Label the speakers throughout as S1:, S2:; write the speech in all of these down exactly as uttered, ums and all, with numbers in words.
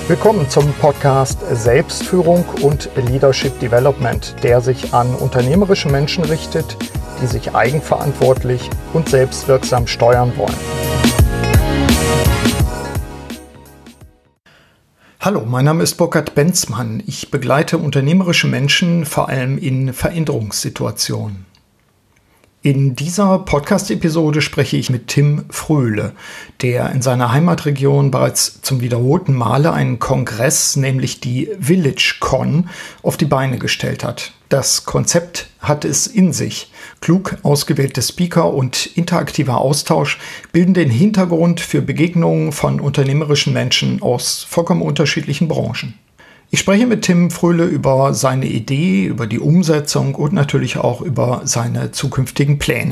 S1: Willkommen zum Podcast Selbstführung und Leadership Development, der sich an unternehmerische Menschen richtet, die sich eigenverantwortlich und selbstwirksam steuern wollen. Hallo, mein Name ist Burkhard Benzmann. Ich begleite unternehmerische Menschen vor allem in Veränderungssituationen. In dieser Podcast-Episode spreche ich mit Tim Fröhle, der in seiner Heimatregion bereits zum wiederholten Male einen Kongress, nämlich die VillageCon, auf die Beine gestellt hat. Das Konzept hat es in sich. Klug ausgewählte Speaker und interaktiver Austausch bilden den Hintergrund für Begegnungen von unternehmerischen Menschen aus vollkommen unterschiedlichen Branchen. Ich spreche mit Tim Fröhle über seine Idee, über die Umsetzung und natürlich auch über seine zukünftigen Pläne.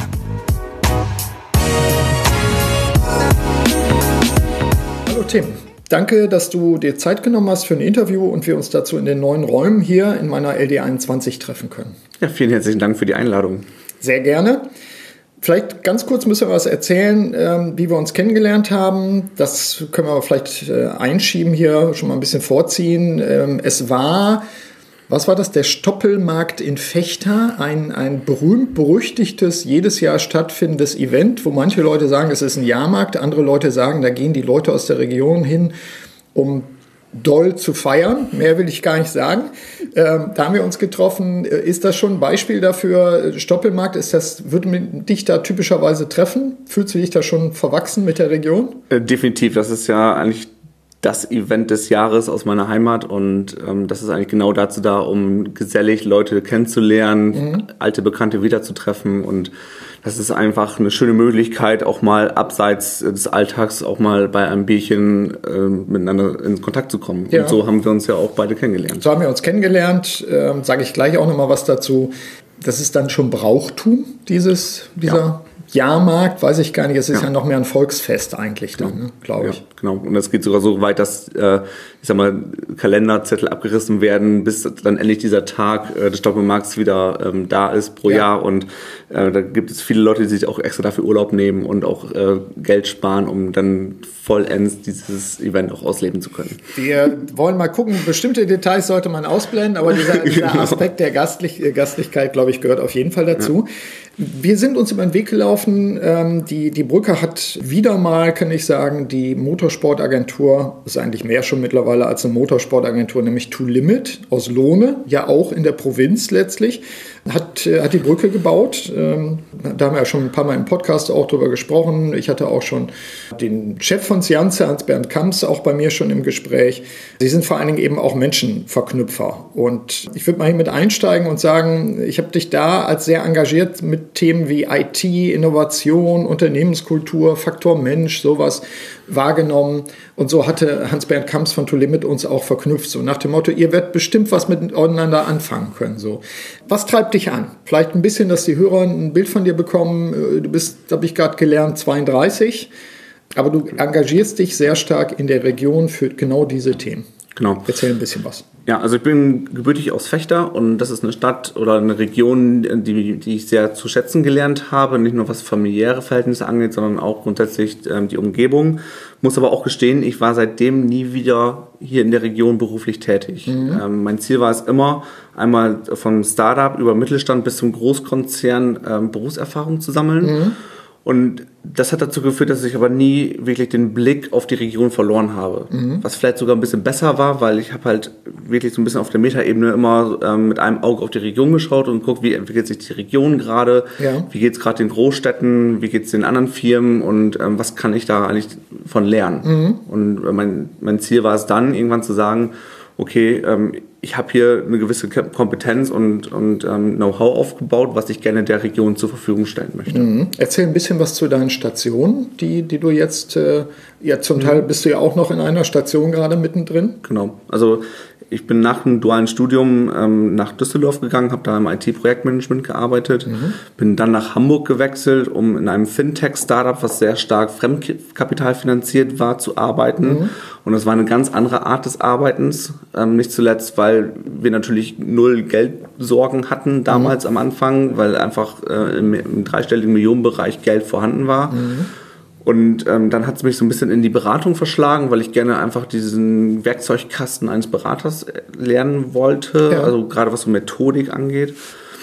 S1: Hallo Tim, danke, dass du dir Zeit genommen hast für ein Interview und wir uns dazu in den neuen Räumen hier in meiner L D einundzwanzig treffen können.
S2: Ja, vielen herzlichen Dank für die Einladung.
S1: Sehr gerne. Vielleicht ganz kurz müssen wir was erzählen, ähm, wie wir uns kennengelernt haben. Das können wir aber vielleicht äh, einschieben hier, schon mal ein bisschen vorziehen. Ähm, es war, was war das, der Stoppelmarkt in Vechta, ein, ein berühmt-berüchtigtes, jedes Jahr stattfindendes Event, wo manche Leute sagen, es ist ein Jahrmarkt, andere Leute sagen, da gehen die Leute aus der Region hin, um doll zu feiern, mehr will ich gar nicht sagen. Ähm, da haben wir uns getroffen. Ist das schon ein Beispiel dafür? Stoppelmarkt, ist das, würde dich da typischerweise treffen? Fühlst du dich da schon verwachsen mit der Region?
S2: Äh, definitiv, das ist ja eigentlich das Event des Jahres aus meiner Heimat und ähm, das ist eigentlich genau dazu da, um gesellig Leute kennenzulernen, mhm. alte Bekannte wiederzutreffen und das ist einfach eine schöne Möglichkeit, auch mal abseits des Alltags auch mal bei einem Bierchen äh, miteinander in Kontakt zu kommen. Ja. Und so haben wir uns ja auch beide kennengelernt.
S1: So haben wir uns kennengelernt, ähm, sage ich gleich auch nochmal was dazu. Das ist dann schon Brauchtum, dieses, dieser ja. Jahrmarkt, weiß ich gar nicht, es ist ja, ja noch mehr ein Volksfest eigentlich dann, genau. ne, glaube ich.
S2: Ja, genau, und es geht sogar so weit, dass, äh, ich sag mal, Kalenderzettel abgerissen werden, bis dann endlich dieser Tag äh, des Stoppelmarkts wieder ähm, da ist pro ja. Jahr und äh, da gibt es viele Leute, die sich auch extra dafür Urlaub nehmen und auch äh, Geld sparen, um dann vollends dieses Event auch ausleben zu können.
S1: Wir wollen mal gucken, bestimmte Details sollte man ausblenden, aber dieser, dieser genau. Aspekt der Gastlich- Gastlichkeit, glaube ich, gehört auf jeden Fall dazu. Ja. Wir sind uns über den Weg gelaufen. Ähm, die, die Brücke hat wieder mal, kann ich sagen, die Motorsportagentur, ist eigentlich mehr schon mittlerweile als eine Motorsportagentur, nämlich To Limit aus Lohne, ja auch in der Provinz letztlich, hat, hat die Brücke gebaut. Ähm, da haben wir ja schon ein paar Mal im Podcast auch drüber gesprochen. Ich hatte auch schon den Chef von Sianze, Hans-Bernd Kamps, auch bei mir schon im Gespräch. Sie sind vor allen Dingen eben auch Menschenverknüpfer. Und ich würde mal hier mit einsteigen und sagen, ich habe dich da als sehr engagiert mit Themen wie I T, Innovation, Unternehmenskultur, Faktor Mensch, sowas wahrgenommen. Und so hatte Hans-Bernd Kamps von To Limit uns auch verknüpft. So nach dem Motto, ihr werdet bestimmt was miteinander anfangen können. So. Was treibt dich an? Vielleicht ein bisschen, dass die Hörer ein Bild von dir bekommen. Du bist, habe ich gerade gelernt, zweiunddreißig. Aber du engagierst dich sehr stark in der Region für genau diese Themen.
S2: Genau.
S1: Erzähl ein bisschen was.
S2: Ja, also ich bin gebürtig aus Vechta und das ist eine Stadt oder eine Region, die, die ich sehr zu schätzen gelernt habe, nicht nur was familiäre Verhältnisse angeht, sondern auch grundsätzlich ähm, die Umgebung. Muss aber auch gestehen, ich war seitdem nie wieder hier in der Region beruflich tätig. Mhm. Ähm, mein Ziel war es immer, einmal vom Startup über Mittelstand bis zum Großkonzern ähm, Berufserfahrung zu sammeln. Mhm. Und das hat dazu geführt, dass ich aber nie wirklich den Blick auf die Region verloren habe. Mhm. Was vielleicht sogar ein bisschen besser war, weil ich habe halt wirklich so ein bisschen auf der Metaebene immer ähm, mit einem Auge auf die Region geschaut und geguckt, wie entwickelt sich die Region gerade, ja. wie geht es gerade den Großstädten, wie geht es den anderen Firmen und ähm, was kann ich da eigentlich von lernen. Mhm. Und mein, mein Ziel war es dann, irgendwann zu sagen, okay, ähm, ich habe hier eine gewisse Kompetenz und, und ähm, Know-how aufgebaut, was ich gerne der Region zur Verfügung stellen möchte.
S1: Mhm. Erzähl ein bisschen was zu deinen Stationen, die, die du jetzt, äh, ja zum Teil bist du ja auch noch in einer Station gerade mittendrin.
S2: Genau, also ich bin nach dem dualen Studium ähm, nach Düsseldorf gegangen, habe da im I T-Projektmanagement gearbeitet, mhm. bin dann nach Hamburg gewechselt, um in einem Fintech-Startup, was sehr stark fremdkapitalfinanziert war, zu arbeiten. Mhm. Und das war eine ganz andere Art des Arbeitens, ähm, nicht zuletzt, weil wir natürlich null Geldsorgen hatten damals mhm. am Anfang, weil einfach äh, im, im dreistelligen Millionenbereich Geld vorhanden war. Mhm. Und ähm, dann hat es mich so ein bisschen in die Beratung verschlagen, weil ich gerne einfach diesen Werkzeugkasten eines Beraters lernen wollte, ja. also gerade was so Methodik angeht.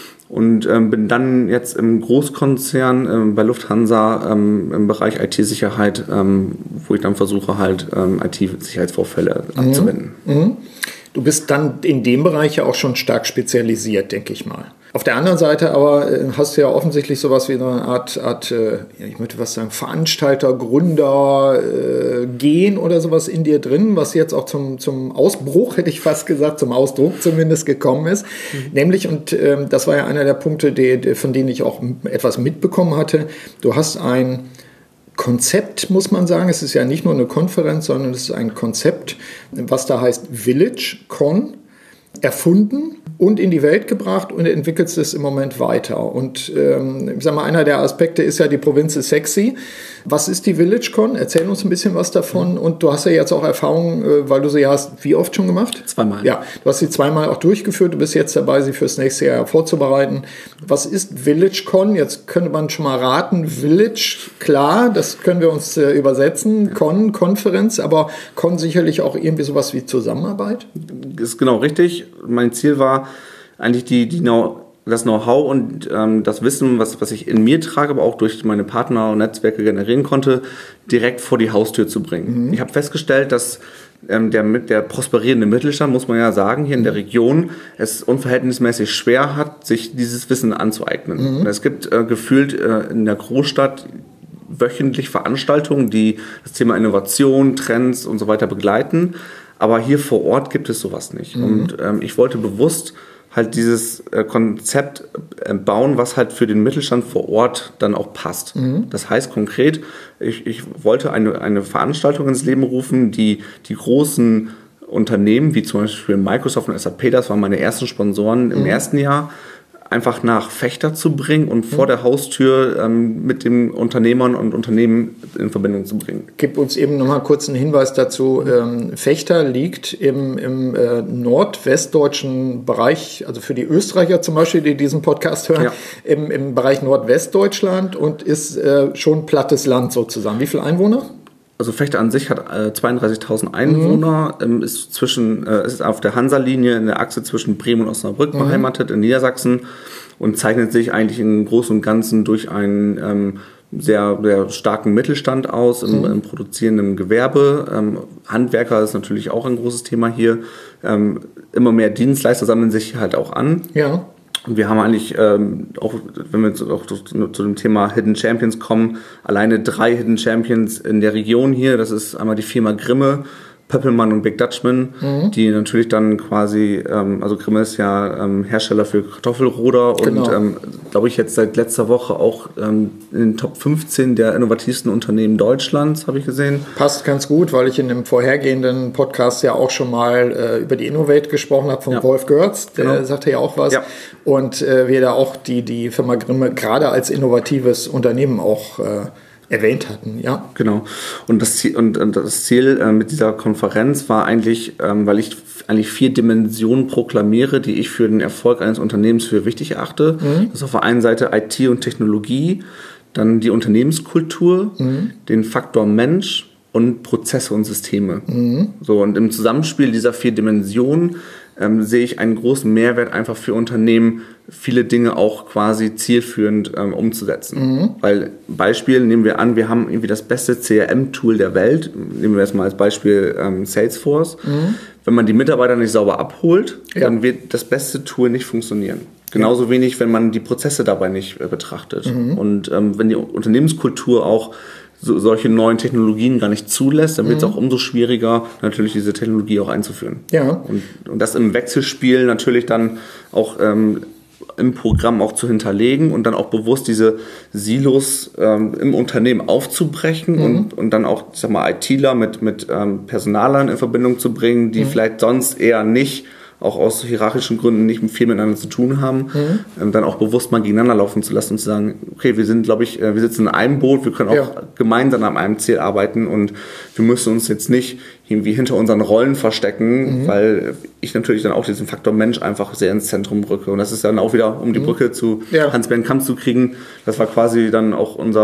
S2: Und ähm, bin dann jetzt im Großkonzern ähm, bei Lufthansa ähm, im Bereich I T-Sicherheit, ähm, wo ich dann versuche halt ähm, I T-Sicherheitsvorfälle mhm. abzuwenden. Mhm.
S1: Du bist dann in dem Bereich ja auch schon stark spezialisiert, denke ich mal. Auf der anderen Seite aber äh, hast du ja offensichtlich sowas wie eine Art, Art äh, ja, ich möchte was sagen, Veranstalter, Gründer, äh, Gen oder sowas in dir drin, was jetzt auch zum, zum Ausbruch, hätte ich fast gesagt, zum Ausdruck zumindest gekommen ist. Mhm. Nämlich, und äh, das war ja einer der Punkte, die, die, von denen ich auch etwas mitbekommen hatte, du hast ein Konzept, muss man sagen. Es ist ja nicht nur eine Konferenz, sondern es ist ein Konzept, was da heißt VillageCon, erfunden und in die Welt gebracht und entwickelst es im Moment weiter. Und ähm, ich sag mal, einer der Aspekte ist ja, die Provinz ist sexy. Was ist die VillageCon? Erzähl uns ein bisschen was davon. Und du hast ja jetzt auch Erfahrung, äh, weil du sie hast, wie oft schon gemacht?
S2: Zweimal.
S1: Ja, du hast sie zweimal auch durchgeführt. Du bist jetzt dabei, sie fürs nächste Jahr vorzubereiten. Was ist VillageCon? Jetzt könnte man schon mal raten. Village, klar, das können wir uns äh, übersetzen. Con, Konferenz, aber Con sicherlich auch irgendwie sowas wie Zusammenarbeit?
S2: Das ist genau richtig. Mein Ziel war eigentlich die, die das Know-how und ähm, das Wissen, was, was ich in mir trage, aber auch durch meine Partner und Netzwerke generieren konnte, direkt vor die Haustür zu bringen. Mhm. Ich habe festgestellt, dass ähm, der, der prosperierende Mittelstand, muss man ja sagen, hier in der Region es unverhältnismäßig schwer hat, sich dieses Wissen anzueignen. Mhm. Und es gibt äh, gefühlt äh, in der Großstadt wöchentlich Veranstaltungen, die das Thema Innovation, Trends und so weiter begleiten. Aber hier vor Ort gibt es sowas nicht. Mhm. Und ähm, ich wollte bewusst halt dieses äh, Konzept äh, bauen, was halt für den Mittelstand vor Ort dann auch passt. Mhm. Das heißt konkret, ich, ich wollte eine, eine Veranstaltung ins Leben rufen, die die großen Unternehmen, wie zum Beispiel Microsoft und S A P, das waren meine ersten Sponsoren im mhm. ersten Jahr, einfach nach Fechter zu bringen und vor der Haustür ähm, mit den Unternehmern und Unternehmen in Verbindung zu bringen.
S1: Gib uns eben nochmal kurz einen Hinweis dazu. Ähm, Fechter liegt im, im äh, nordwestdeutschen Bereich, also für die Österreicher zum Beispiel, die diesen Podcast hören, ja. im, im Bereich Nordwestdeutschland und ist äh, schon plattes Land sozusagen. Wie viele Einwohner?
S2: Also Fechter an sich hat äh, zweiunddreißigtausend Einwohner, mhm. ähm, ist, zwischen, äh, ist auf der Hansa-Linie in der Achse zwischen Bremen und Osnabrück mhm. beheimatet in Niedersachsen und zeichnet sich eigentlich im Großen und Ganzen durch einen ähm, sehr, sehr starken Mittelstand aus, im, mhm. im produzierenden Gewerbe. Ähm, Handwerker ist natürlich auch ein großes Thema hier. Ähm, immer mehr Dienstleister sammeln sich halt auch an.
S1: Ja.
S2: Und wir haben eigentlich, ähm, auch wenn wir jetzt auch zu, zu dem Thema Hidden Champions kommen, alleine drei Hidden Champions in der Region hier. Das ist einmal die Firma Grimme, Pöppelmann und Big Dutchman, mhm. die natürlich dann quasi, ähm, also Grimme ist ja ähm, Hersteller für Kartoffelroder genau. und ähm, glaube ich jetzt seit letzter Woche auch ähm, in den Top fünfzehn der innovativsten Unternehmen Deutschlands, habe ich gesehen.
S1: Passt ganz gut, weil ich in dem vorhergehenden Podcast ja auch schon mal äh, über die Innovate gesprochen habe von ja. Wolf Görz, der genau. sagte ja auch was. Ja. Und äh, wir da auch die, die Firma Grimme gerade als innovatives Unternehmen auch äh, erwähnt hatten, ja.
S2: Genau. Und das Ziel, und, und das Ziel äh, mit dieser Konferenz war eigentlich, ähm, weil ich eigentlich vier Dimensionen proklamiere, die ich für den Erfolg eines Unternehmens für wichtig erachte. Mhm. Das ist auf der einen Seite I T und Technologie, dann die Unternehmenskultur, mhm. den Faktor Mensch und Prozesse und Systeme. Mhm. So, und im Zusammenspiel dieser vier Dimensionen ähm, sehe ich einen großen Mehrwert einfach für Unternehmen, viele Dinge auch quasi zielführend ähm, umzusetzen. Mhm. Weil Beispiel, nehmen wir an, wir haben irgendwie das beste C R M-Tool der Welt, nehmen wir jetzt mal als Beispiel ähm, Salesforce. Mhm. Wenn man die Mitarbeiter nicht sauber abholt, ja. dann wird das beste Tool nicht funktionieren. Genauso ja. wenig, wenn man die Prozesse dabei nicht äh, betrachtet. Mhm. Und ähm, wenn die Unternehmenskultur auch so, solche neuen Technologien gar nicht zulässt, dann wird es mhm. auch umso schwieriger, natürlich diese Technologie auch einzuführen. Ja. Und, und das im Wechselspiel natürlich dann auch ähm, im Programm auch zu hinterlegen und dann auch bewusst diese Silos ähm, im Unternehmen aufzubrechen mhm. und, und dann auch, ich sag mal, ITler mit, mit ähm, Personalern in Verbindung zu bringen, die mhm. vielleicht sonst eher nicht, auch aus hierarchischen Gründen nicht viel miteinander zu tun haben, mhm. ähm, dann auch bewusst mal gegeneinander laufen zu lassen und zu sagen, okay, wir sind, glaube ich, äh, wir sitzen in einem Boot, wir können auch ja. gemeinsam an einem Ziel arbeiten und wir müssen uns jetzt nicht irgendwie hinter unseren Rollen verstecken, mhm. weil ich natürlich dann auch diesen Faktor Mensch einfach sehr ins Zentrum rücke. Und das ist dann auch wieder, um die Brücke zu ja. Hans-Bernd Kamp zu kriegen, das war quasi dann auch unser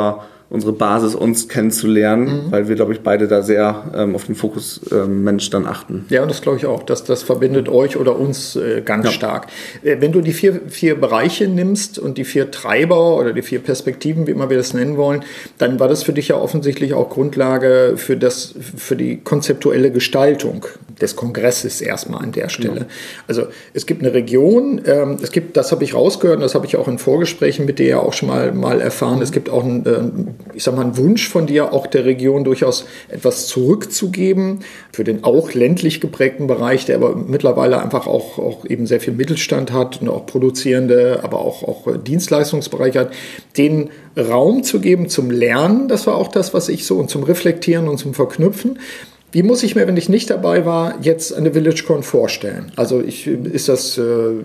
S2: unsere Basis, uns kennenzulernen, mhm. weil wir, glaube ich, beide da sehr ähm, auf den Fokus ähm, Mensch dann achten.
S1: Ja, das glaube ich auch. Das, das verbindet euch oder uns äh, ganz ja. stark. Äh, wenn du die vier, vier Bereiche nimmst und die vier Treiber oder die vier Perspektiven, wie immer wir das nennen wollen, dann war das für dich ja offensichtlich auch Grundlage für, das, für die konzeptuelle Gestaltung des Kongresses erstmal an der Stelle. Ja. Also es gibt eine Region, ähm, es gibt, das habe ich rausgehört und das habe ich auch in Vorgesprächen mit dir ja auch schon mal, mal erfahren, mhm. es gibt auch ein, äh, ich sag mal, einen Wunsch von dir, auch der Region durchaus etwas zurückzugeben für den auch ländlich geprägten Bereich, der aber mittlerweile einfach auch, auch eben sehr viel Mittelstand hat und auch produzierende, aber auch, auch Dienstleistungsbereich hat, den Raum zu geben zum Lernen, das war auch das, was ich so, und zum Reflektieren und zum Verknüpfen. Wie muss ich mir, wenn ich nicht dabei war, jetzt eine VillageCon vorstellen? Also ich, ist das äh,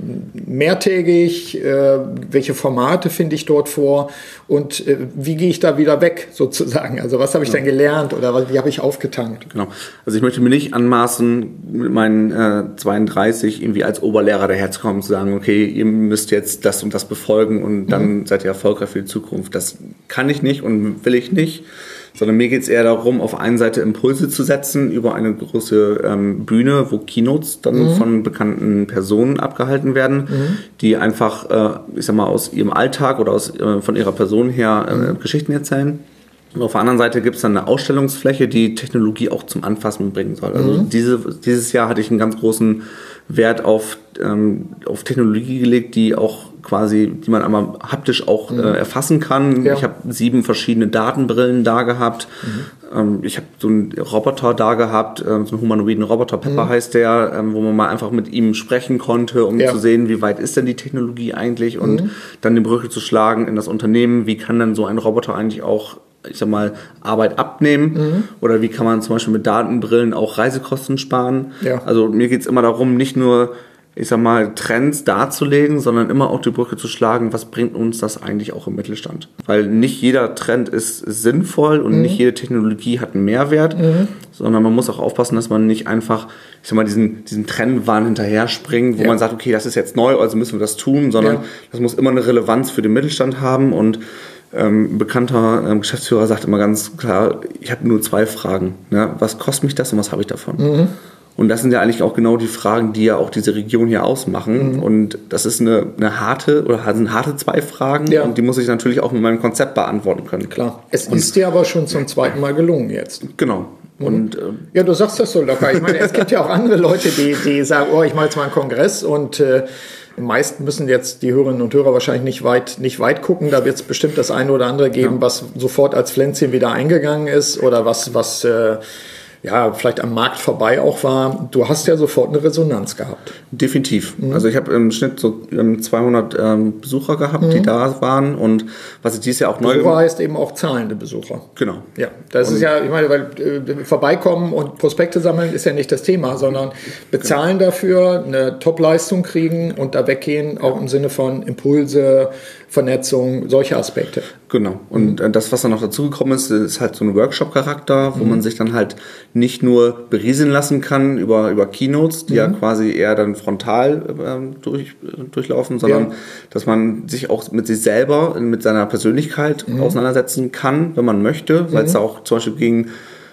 S1: mehrtägig? Äh, welche Formate finde ich dort vor? Und äh, wie gehe ich da wieder weg sozusagen? Also was habe ich ja. denn gelernt oder was, wie habe ich aufgetankt?
S2: Genau. Also ich möchte mir nicht anmaßen, mit meinen äh, zweiunddreißig irgendwie als Oberlehrer daherzukommen und zu sagen, okay, ihr müsst jetzt das und das befolgen und dann mhm. seid ihr erfolgreich für die Zukunft. Das kann ich nicht und will ich nicht. Sondern mir geht es eher darum, auf einer Seite Impulse zu setzen über eine große ähm, Bühne, wo Keynotes dann mhm. von bekannten Personen abgehalten werden, mhm. die einfach, äh, ich sag mal, aus ihrem Alltag oder aus, äh, von ihrer Person her äh, mhm. Geschichten erzählen. Und auf der anderen Seite gibt es dann eine Ausstellungsfläche, die Technologie auch zum Anfassen bringen soll. Also mhm. diese, dieses Jahr hatte ich einen ganz großen Wert auf, ähm, auf Technologie gelegt, die auch quasi, die man einmal haptisch auch mhm. äh, erfassen kann. Ja. Ich habe sieben verschiedene Datenbrillen da gehabt. Mhm. Ähm, ich habe so einen Roboter da gehabt, äh, so einen humanoiden Roboter, Pepper mhm. heißt der, ähm, wo man mal einfach mit ihm sprechen konnte, um ja. zu sehen, wie weit ist denn die Technologie eigentlich und mhm. dann die Brücke zu schlagen in das Unternehmen. Wie kann denn so ein Roboter eigentlich auch, ich sag mal, Arbeit abnehmen mhm. oder wie kann man zum Beispiel mit Datenbrillen auch Reisekosten sparen. Ja. Also mir geht es immer darum, nicht nur, ich sag mal, Trends darzulegen, sondern immer auch die Brücke zu schlagen, was bringt uns das eigentlich auch im Mittelstand. Weil nicht jeder Trend ist sinnvoll und mhm. nicht jede Technologie hat einen Mehrwert, mhm. sondern man muss auch aufpassen, dass man nicht einfach, ich sag mal, diesen, diesen Trendwahn hinterher springt, wo ja. man sagt, okay, das ist jetzt neu, also müssen wir das tun, sondern ja. das muss immer eine Relevanz für den Mittelstand haben und Ähm, ein bekannter ähm, Geschäftsführer sagt immer ganz klar, ich habe nur zwei Fragen. Ne? Was kostet mich das und was habe ich davon? Mhm. Und das sind ja eigentlich auch genau die Fragen, die ja auch diese Region hier ausmachen. Mhm. Und das ist eine, eine harte oder sind harte zwei Fragen ja. und die muss ich natürlich auch mit meinem Konzept beantworten können.
S1: Klar. Es und ist dir aber schon zum zweiten Mal gelungen jetzt.
S2: Genau. Und, ähm,
S1: ja, du sagst das so locker. Ich meine, es gibt ja auch andere Leute, die, die sagen, oh, ich mache jetzt mal einen Kongress und äh, meist müssen jetzt die Hörerinnen und Hörer wahrscheinlich nicht weit, nicht weit gucken. Da wird es bestimmt das eine oder andere geben, ja. was sofort als Pflänzchen wieder eingegangen ist oder was, was äh, ja, vielleicht am Markt vorbei auch war. Du hast ja sofort eine Resonanz gehabt.
S2: Definitiv. Mhm. Also ich habe im Schnitt so zweihundert ähm, Besucher gehabt, mhm. die da waren und was ich dieses Jahr auch neu
S1: Besucher heißt eben auch zahlende Besucher.
S2: Genau.
S1: Ja, das und ist ja, ich meine, weil äh, vorbeikommen und Prospekte sammeln ist ja nicht das Thema, sondern bezahlen genau. dafür, eine Top-Leistung kriegen und da weggehen, auch im Sinne von Impulse, Vernetzung, solche Aspekte.
S2: Genau. Und mhm. das, was dann noch dazugekommen ist, ist halt so ein Workshop-Charakter, wo mhm. man sich dann halt nicht nur berieseln lassen kann über, über Keynotes, die mhm. ja quasi eher dann frontal ähm, durch, durchlaufen, sondern ja. dass man sich auch mit sich selber, mit seiner Persönlichkeit mhm. auseinandersetzen kann, wenn man möchte, weil es mhm. da auch zum Beispiel ging,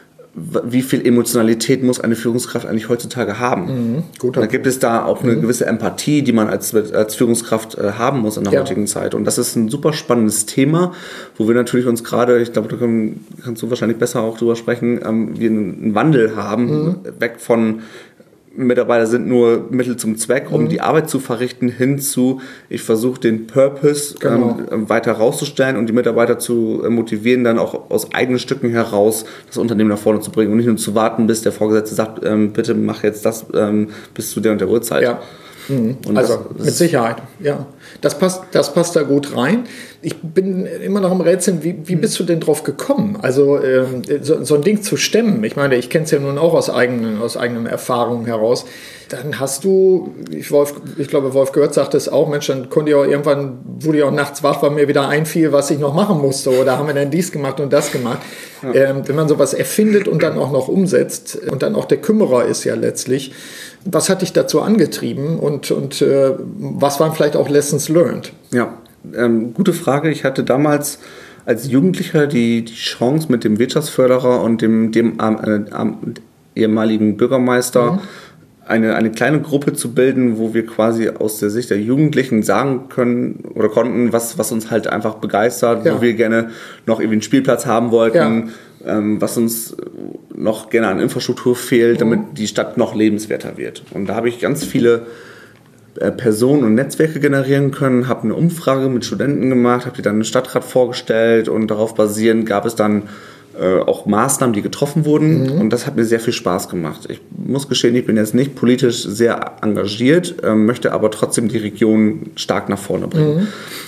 S2: wie viel Emotionalität muss eine Führungskraft eigentlich heutzutage haben. Mhm. Gut, da gibt es da auch eine mhm. gewisse Empathie, die man als, als Führungskraft äh, haben muss in der ja. heutigen Zeit. Und das ist ein super spannendes Thema, wo wir natürlich uns gerade, ich glaube, da können, kannst du wahrscheinlich besser auch drüber sprechen, ähm, wir einen Wandel haben, mhm. weg von Mitarbeiter sind nur Mittel zum Zweck, um mhm. die Arbeit zu verrichten, hin zu, ich versuche den Purpose genau. ähm, weiter rauszustellen und die Mitarbeiter zu äh, motivieren, dann auch aus eigenen Stücken heraus das Unternehmen nach vorne zu bringen und nicht nur zu warten, bis der Vorgesetzte sagt, ähm, bitte mach jetzt das ähm, bis zu der und der Uhrzeit.
S1: Ja. Mhm. Also das, mit Sicherheit, ja. Das passt, das passt da gut rein. Ich bin immer noch im Rätseln, wie, wie bist du denn drauf gekommen? Also ähm, so, so ein Ding zu stemmen. Ich meine, ich kenne es ja nun auch aus eigenen, aus eigenen Erfahrungen heraus. Dann hast du, ich, Wolf, ich glaube, Wolf Görz sagte es auch, Mensch, dann konnte ich auch irgendwann, wurde ich auch nachts wach, weil mir wieder einfiel, was ich noch machen musste. Oder haben wir denn dies gemacht und das gemacht? Ja. Ähm, wenn man sowas erfindet und dann auch noch umsetzt und dann auch der Kümmerer ist ja letztlich, was hat dich dazu angetrieben und, und äh, was waren vielleicht auch Lessons learned?
S2: Ja, ähm, gute Frage. Ich hatte damals als Jugendlicher die, die Chance mit dem Wirtschaftsförderer und dem, dem äh, äh, ehemaligen Bürgermeister mhm. eine, eine kleine Gruppe zu bilden, wo wir quasi aus der Sicht der Jugendlichen sagen können oder konnten, was, was uns halt einfach begeistert, ja. wo wir gerne noch irgendwie einen Spielplatz haben wollten, ja. ähm, was uns noch gerne an Infrastruktur fehlt, mhm. damit die Stadt noch lebenswerter wird. Und da habe ich ganz viele äh, Personen und Netzwerke generieren können, habe eine Umfrage mit Studenten gemacht, habe die dann im Stadtrat vorgestellt und darauf basierend gab es dann äh, auch Maßnahmen, die getroffen wurden mhm. und das hat mir sehr viel Spaß gemacht. Ich muss gestehen, ich bin jetzt nicht politisch sehr engagiert, äh, möchte aber trotzdem die Region stark nach vorne bringen. Mhm.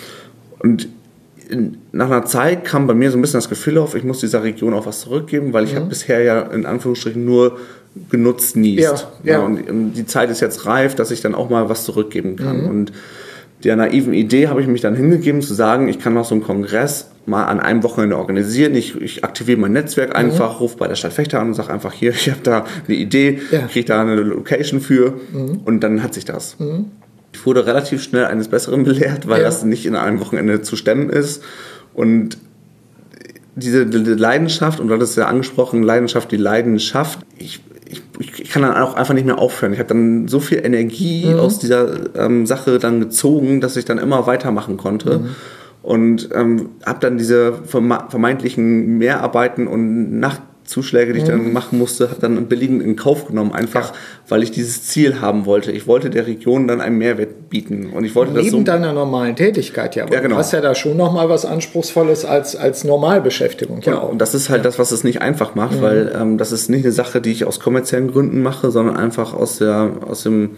S2: Und in, nach einer Zeit kam bei mir so ein bisschen das Gefühl auf, ich muss dieser Region auch was zurückgeben, weil ich mhm. habe bisher ja in Anführungsstrichen nur genutzt, niest. Ja, ja. Ja, und, und die Zeit ist jetzt reif, dass ich dann auch mal was zurückgeben kann. Mhm. Und der naiven Idee habe ich mich dann hingegeben, zu sagen, ich kann noch so einen Kongress mal an einem Wochenende organisieren. Ich, ich aktiviere mein Netzwerk einfach, mhm. rufe bei der Stadt Vechta an und sage einfach, hier, ich habe da eine Idee, ja. kriege da eine Location für mhm. und dann hat sich das. Mhm. Ich wurde relativ schnell eines Besseren belehrt, weil ja. das nicht in einem Wochenende zu stemmen ist. Und diese Leidenschaft, und du hattest ja angesprochen, Leidenschaft, die Leidenschaft, ich, ich, ich kann dann auch einfach nicht mehr aufhören. Ich habe dann so viel Energie mhm. aus dieser ähm, Sache dann gezogen, dass ich dann immer weitermachen konnte. Mhm. Und ähm, habe dann diese vermeintlichen Mehrarbeiten und Nachtzuschläge, die ich dann machen musste, dann billigend in Kauf genommen, einfach ja. weil ich dieses Ziel haben wollte. Ich wollte der Region dann einen Mehrwert bieten. Und ich wollte
S1: Neben
S2: das so
S1: deiner normalen Tätigkeit, ja. Aber
S2: ja, genau.
S1: Du hast ja da schon nochmal was Anspruchsvolles als, als Normalbeschäftigung.
S2: Genau. Ja. Und das ist halt ja. das, was es nicht einfach macht, mhm. weil ähm, das ist nicht eine Sache, die ich aus kommerziellen Gründen mache, sondern einfach aus, der, aus dem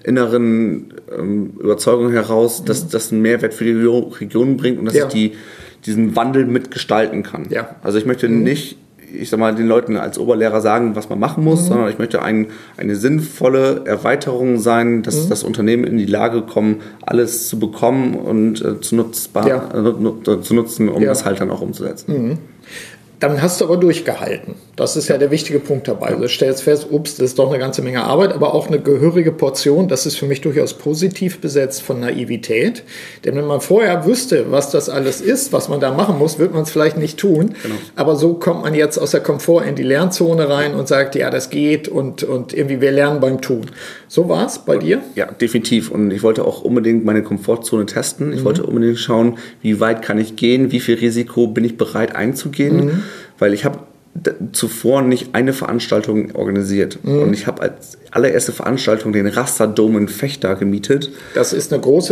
S2: inneren ähm, Überzeugung heraus, dass mhm. das einen Mehrwert für die Region bringt und dass ja. ich die, diesen Wandel mitgestalten kann.
S1: Ja.
S2: Also ich möchte mhm. nicht, ich sag mal, den Leuten als Oberlehrer sagen, was man machen muss, mhm. sondern ich möchte ein, eine sinnvolle Erweiterung sein, dass mhm. das Unternehmen in die Lage kommen, alles zu bekommen und äh, zu, nutzbar, ja. äh, zu nutzen, um ja. das halt dann auch umzusetzen.
S1: Mhm. Dann hast du aber durchgehalten. Das ist ja, ja der wichtige Punkt dabei. Also du stellst fest, ups, das ist doch eine ganze Menge Arbeit, aber auch eine gehörige Portion, das ist für mich durchaus positiv besetzt von Naivität. Denn wenn man vorher wüsste, was das alles ist, was man da machen muss, wird man es vielleicht nicht tun. Genau. Aber so kommt man jetzt aus der Komfort in die Lernzone rein und sagt, ja, das geht und, und irgendwie wir lernen beim Tun. So war es bei dir?
S2: Ja, definitiv. Und ich wollte auch unbedingt meine Komfortzone testen. Ich mhm. wollte unbedingt schauen, wie weit kann ich gehen, wie viel Risiko bin ich bereit einzugehen. Mhm. Weil ich habe zuvor nicht eine Veranstaltung organisiert. Mhm. Und ich habe als allererste Veranstaltung den Rasterdom in Vechta gemietet.
S1: Das ist eine große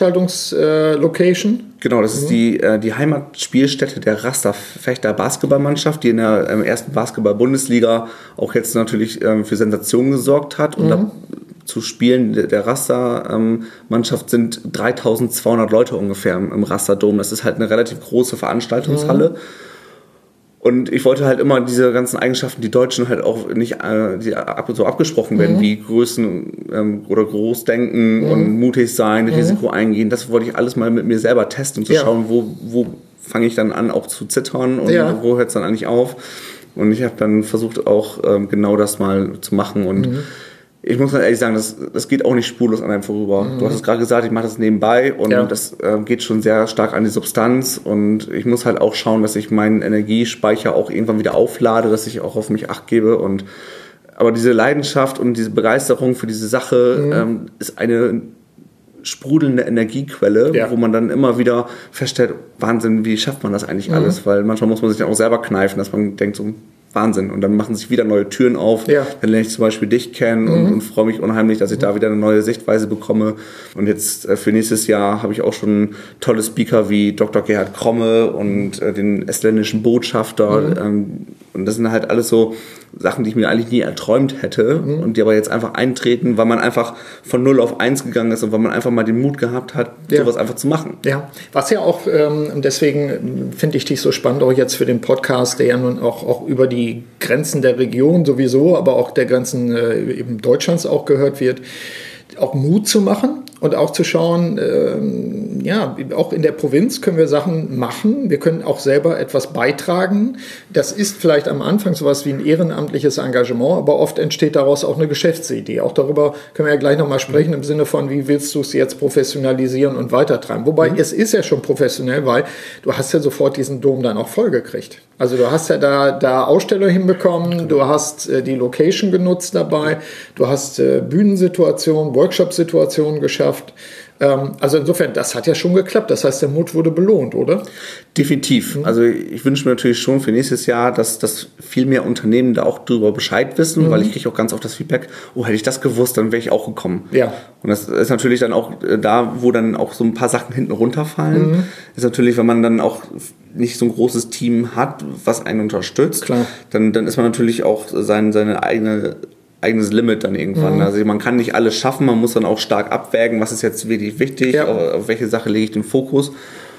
S1: Veranstaltungslocation? Äh,
S2: genau, das mhm. ist die, äh, die Heimatspielstätte der Raster Vechta Basketballmannschaft, die in der ähm, ersten Basketball-Bundesliga auch jetzt natürlich ähm, für Sensationen gesorgt hat. Und mhm. da zu spielen der Raster-Mannschaft ähm, sind dreitausendzweihundert Leute ungefähr im, im Rasterdom. Das ist halt eine relativ große Veranstaltungshalle. Mhm. Und ich wollte halt immer diese ganzen Eigenschaften, die Deutschen halt auch nicht äh, die ab, so abgesprochen werden, mhm. wie Größen ähm, oder Großdenken mhm. und mutig sein, mhm. Risiko eingehen. Das wollte ich alles mal mit mir selber testen, um zu ja. schauen, wo, wo fange ich dann an auch zu zittern und ja. wo hört es dann eigentlich auf. Und ich habe dann versucht auch ähm, genau das mal zu machen und mhm. ich muss ehrlich sagen, das, das geht auch nicht spurlos an einem vorüber. Mhm. Du hast es gerade gesagt, ich mache das nebenbei und ja. das äh, geht schon sehr stark an die Substanz und ich muss halt auch schauen, dass ich meinen Energiespeicher auch irgendwann wieder auflade, dass ich auch auf mich Acht gebe und aber diese Leidenschaft und diese Begeisterung für diese Sache mhm. ähm, ist eine sprudelnde Energiequelle, ja. wo man dann immer wieder feststellt, Wahnsinn, wie schafft man das eigentlich mhm. alles? Weil manchmal muss man sich dann auch selber kneifen, dass man denkt so, Wahnsinn. Und dann machen sich wieder neue Türen auf. Ja. Dann lerne ich zum Beispiel dich kennen mhm. und, und freue mich unheimlich, dass ich mhm. da wieder eine neue Sichtweise bekomme. Und jetzt äh, für nächstes Jahr habe ich auch schon tolle Speaker wie Doktor Gerhard Kromme und äh, den estländischen Botschafter. Mhm. Ähm, und das sind halt alles so Sachen, die ich mir eigentlich nie erträumt hätte mhm. und die aber jetzt einfach eintreten, weil man einfach von null auf eins gegangen ist und weil man einfach mal den Mut gehabt hat, ja. sowas einfach zu machen.
S1: Ja, was ja auch, ähm, deswegen finde ich dich so spannend auch jetzt für den Podcast, der ja nun auch, auch über die Grenzen der Region sowieso, aber auch der Grenzen äh, eben Deutschlands auch gehört wird, auch Mut zu machen und auch zu schauen, ähm, ja, auch in der Provinz können wir Sachen machen. Wir können auch selber etwas beitragen. Das ist vielleicht am Anfang sowas wie ein ehrenamtliches Engagement, aber oft entsteht daraus auch eine Geschäftsidee. Auch darüber können wir ja gleich nochmal sprechen, im Sinne von, wie willst du es jetzt professionalisieren und weitertreiben. Wobei, mhm. es ist ja schon professionell, weil du hast ja sofort diesen Dom dann auch vollgekriegt. Also du hast ja da, da Aussteller hinbekommen, du hast äh, die Location genutzt dabei, du hast äh, Bühnensituationen, Workshop-Situationen geschafft. Ähm, also insofern, das hat ja schon geklappt. Das heißt, der Mut wurde belohnt, oder?
S2: Definitiv. Mhm. Also ich wünsche mir natürlich schon für nächstes Jahr, dass, dass viel mehr Unternehmen da auch darüber Bescheid wissen, mhm. weil ich kriege auch ganz oft das Feedback, oh, hätte ich das gewusst, dann wäre ich auch gekommen. Ja. Und das ist natürlich dann auch da, wo dann auch so ein paar Sachen hinten runterfallen. Mhm. Ist natürlich, wenn man dann auch nicht so ein großes Team hat, was einen unterstützt, Klar. Dann, dann ist man natürlich auch sein, seine eigene eigenes Limit dann irgendwann. Mhm. Also man kann nicht alles schaffen, man muss dann auch stark abwägen, was ist jetzt wirklich wichtig, ja. auf, auf welche Sache lege ich den Fokus.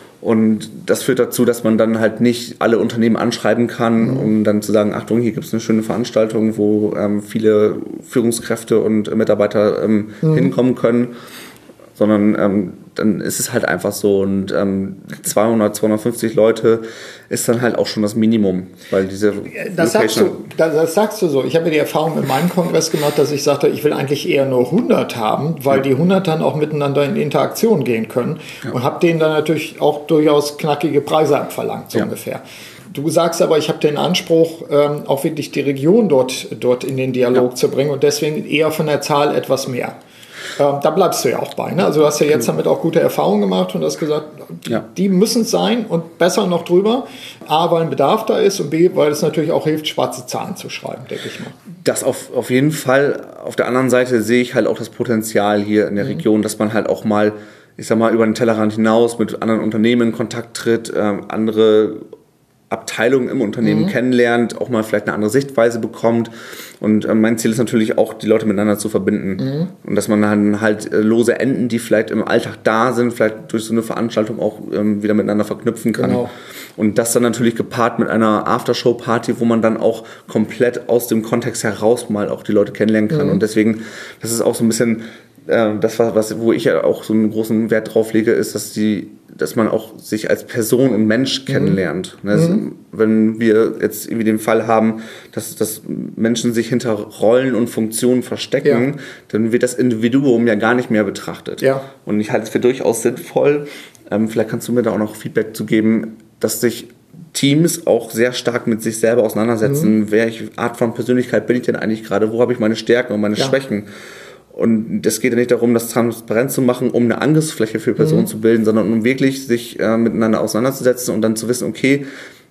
S2: Und das führt dazu, dass man dann halt nicht alle Unternehmen anschreiben kann, mhm. um dann zu sagen, Achtung, hier gibt es eine schöne Veranstaltung, wo ähm, viele Führungskräfte und Mitarbeiter ähm, mhm. hinkommen können, sondern ähm, dann ist es halt einfach so. Und ähm, zweihundert, zweihundertfünfzig Leute ist dann halt auch schon das Minimum, weil diese
S1: das sagst, du, das, das sagst du so. Ich habe die Erfahrung in meinem Kongress gemacht, dass ich sagte, ich will eigentlich eher nur hundert haben, weil ja. die hundert dann auch miteinander in Interaktion gehen können ja. und habe denen dann natürlich auch durchaus knackige Preise abverlangt, so ja. ungefähr. Du sagst aber, ich habe den Anspruch, ähm, auch wirklich die Region dort, dort in den Dialog ja. zu bringen und deswegen eher von der Zahl etwas mehr. Ähm, da bleibst du ja auch bei. Ne? Also du hast ja jetzt damit auch gute Erfahrungen gemacht und hast gesagt, ja. die müssen es sein und besser noch drüber. A, weil ein Bedarf da ist und B, weil es natürlich auch hilft, schwarze Zahlen zu schreiben, denke ich mal.
S2: Das auf, auf jeden Fall. Auf der anderen Seite sehe ich halt auch das Potenzial hier in der mhm. Region, dass man halt auch mal, ich sag mal, über den Tellerrand hinaus mit anderen Unternehmen in Kontakt tritt, ähm, andere Abteilungen im Unternehmen mhm. kennenlernt, auch mal vielleicht eine andere Sichtweise bekommt. Und äh, mein Ziel ist natürlich auch, die Leute miteinander zu verbinden. Mhm. Und dass man dann halt äh, lose Enden, die vielleicht im Alltag da sind, vielleicht durch so eine Veranstaltung auch ähm, wieder miteinander verknüpfen kann. Genau. Und das dann natürlich gepaart mit einer Aftershow-Party, wo man dann auch komplett aus dem Kontext heraus mal auch die Leute kennenlernen kann. Mhm. Und deswegen, das ist auch so ein bisschen äh, das, was, wo ich ja auch so einen großen Wert drauf lege, ist, dass die dass man auch sich als Person und Mensch kennenlernt. Mhm. Also, wenn wir jetzt irgendwie den Fall haben, dass, dass Menschen sich hinter Rollen und Funktionen verstecken, ja. dann wird das Individuum ja gar nicht mehr betrachtet. Ja. Und ich halte es für durchaus sinnvoll, ähm, vielleicht kannst du mir da auch noch Feedback zu geben, dass sich Teams auch sehr stark mit sich selber auseinandersetzen. Mhm. Welche Art von Persönlichkeit bin ich denn eigentlich gerade? Wo habe ich meine Stärken und meine ja. Schwächen? Und es geht ja nicht darum, das transparent zu machen, um eine Angriffsfläche für Personen mhm. zu bilden, sondern um wirklich sich äh, miteinander auseinanderzusetzen und dann zu wissen, okay,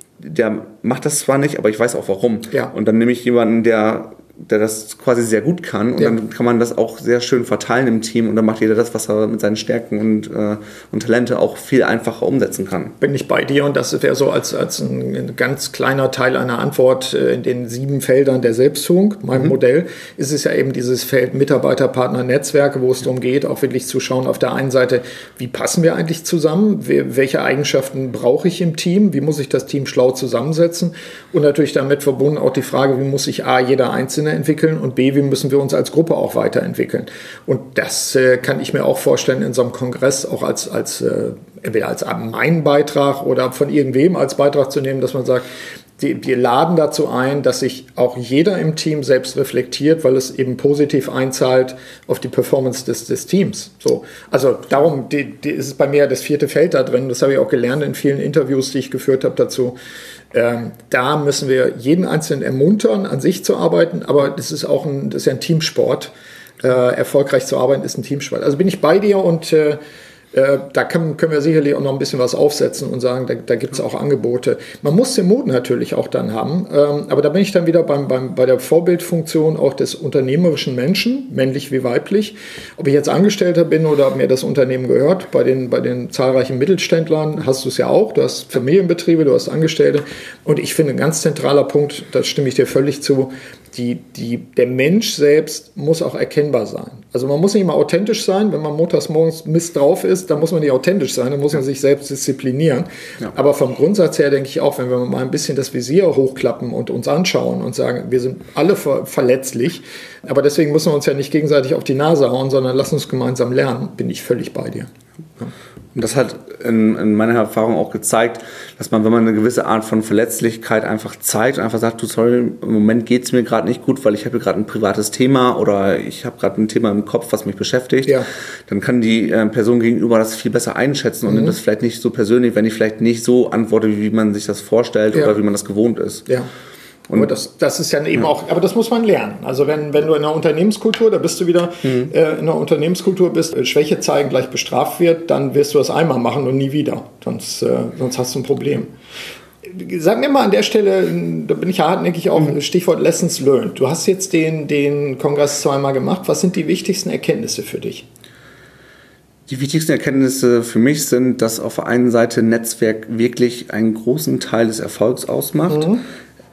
S2: der macht das zwar nicht, aber ich weiß auch warum. Ja. Und dann nehme ich jemanden, der, der das quasi sehr gut kann und ja. dann kann man das auch sehr schön verteilen im Team und dann macht jeder das, was er mit seinen Stärken und, äh, und Talente auch viel einfacher umsetzen kann.
S1: Bin ich bei dir und das wäre so als, als ein, ein ganz kleiner Teil einer Antwort äh, in den sieben Feldern der Selbstführung. Meinem mhm. Modell ist es ja eben dieses Feld Mitarbeiter, Partner, Netzwerke, wo es darum geht, auch wirklich zu schauen auf der einen Seite, wie passen wir eigentlich zusammen, welche Eigenschaften brauche ich im Team, wie muss ich das Team schlau zusammensetzen und natürlich damit verbunden auch die Frage, wie muss sich A, jeder Einzelne entwickeln und B, wie müssen wir uns als Gruppe auch weiterentwickeln. Und das äh, kann ich mir auch vorstellen in so einem Kongress auch als, als äh, entweder als mein Beitrag oder von irgendwem als Beitrag zu nehmen, dass man sagt, die, wir laden dazu ein, dass sich auch jeder im Team selbst reflektiert, weil es eben positiv einzahlt auf die Performance des, des Teams. So, also darum die, die ist es bei mir das vierte Feld da drin. Das habe ich auch gelernt in vielen Interviews, die ich geführt habe dazu. Ähm, da müssen wir jeden Einzelnen ermuntern, an sich zu arbeiten, aber das ist auch ein, das ist ja ein Teamsport. Äh, erfolgreich zu arbeiten ist ein Teamsport. Also bin ich bei dir und äh, Äh, da können, können wir sicherlich auch noch ein bisschen was aufsetzen und sagen, da, da gibt es auch Angebote. Man muss den Mut natürlich auch dann haben, ähm, aber da bin ich dann wieder beim, beim, bei der Vorbildfunktion auch des unternehmerischen Menschen, männlich wie weiblich. Ob ich jetzt Angestellter bin oder ob mir das Unternehmen gehört, bei den, bei den zahlreichen Mittelständlern hast du es ja auch, du hast Familienbetriebe, du hast Angestellte und ich finde ein ganz zentraler Punkt, da stimme ich dir völlig zu, die, die, der Mensch selbst muss auch erkennbar sein. Also man muss nicht immer authentisch sein. Wenn man montags morgens Mist drauf ist, dann muss man nicht authentisch sein, dann muss man sich selbst disziplinieren. Ja. Aber vom Grundsatz her denke ich auch, wenn wir mal ein bisschen das Visier hochklappen und uns anschauen und sagen, wir sind alle ver- verletzlich, aber deswegen müssen wir uns ja nicht gegenseitig auf die Nase hauen, sondern lass uns gemeinsam lernen, bin ich völlig bei dir. Ja.
S2: Und das hat in, in meiner Erfahrung auch gezeigt, dass man, wenn man eine gewisse Art von Verletzlichkeit einfach zeigt und einfach sagt, du, sorry, im Moment geht es mir gerade nicht gut, weil ich habe gerade ein privates Thema oder ich habe gerade ein Thema im Kopf, was mich beschäftigt, ja. dann kann die äh, Person gegenüber das viel besser einschätzen und mhm. nimmt das vielleicht nicht so persönlich, wenn ich vielleicht nicht so antworte, wie man sich das vorstellt ja. oder wie man das gewohnt ist.
S1: Ja. Und aber das, das ist ja eben ja. auch, aber das muss man lernen. Also wenn, wenn du in einer Unternehmenskultur, da bist du wieder mhm. äh, in einer Unternehmenskultur bist, äh, Schwäche zeigen gleich bestraft wird, dann wirst du das einmal machen und nie wieder. Sonst, äh, sonst hast du ein Problem. Sag mir mal an der Stelle, da bin ich ja hartnäckig auch, mhm. Stichwort Lessons Learned. Du hast jetzt den, den Kongress zweimal gemacht. Was sind die wichtigsten Erkenntnisse für dich?
S2: Die wichtigsten Erkenntnisse für mich sind, dass auf der einen Seite Netzwerk wirklich einen großen Teil des Erfolgs ausmacht. Mhm.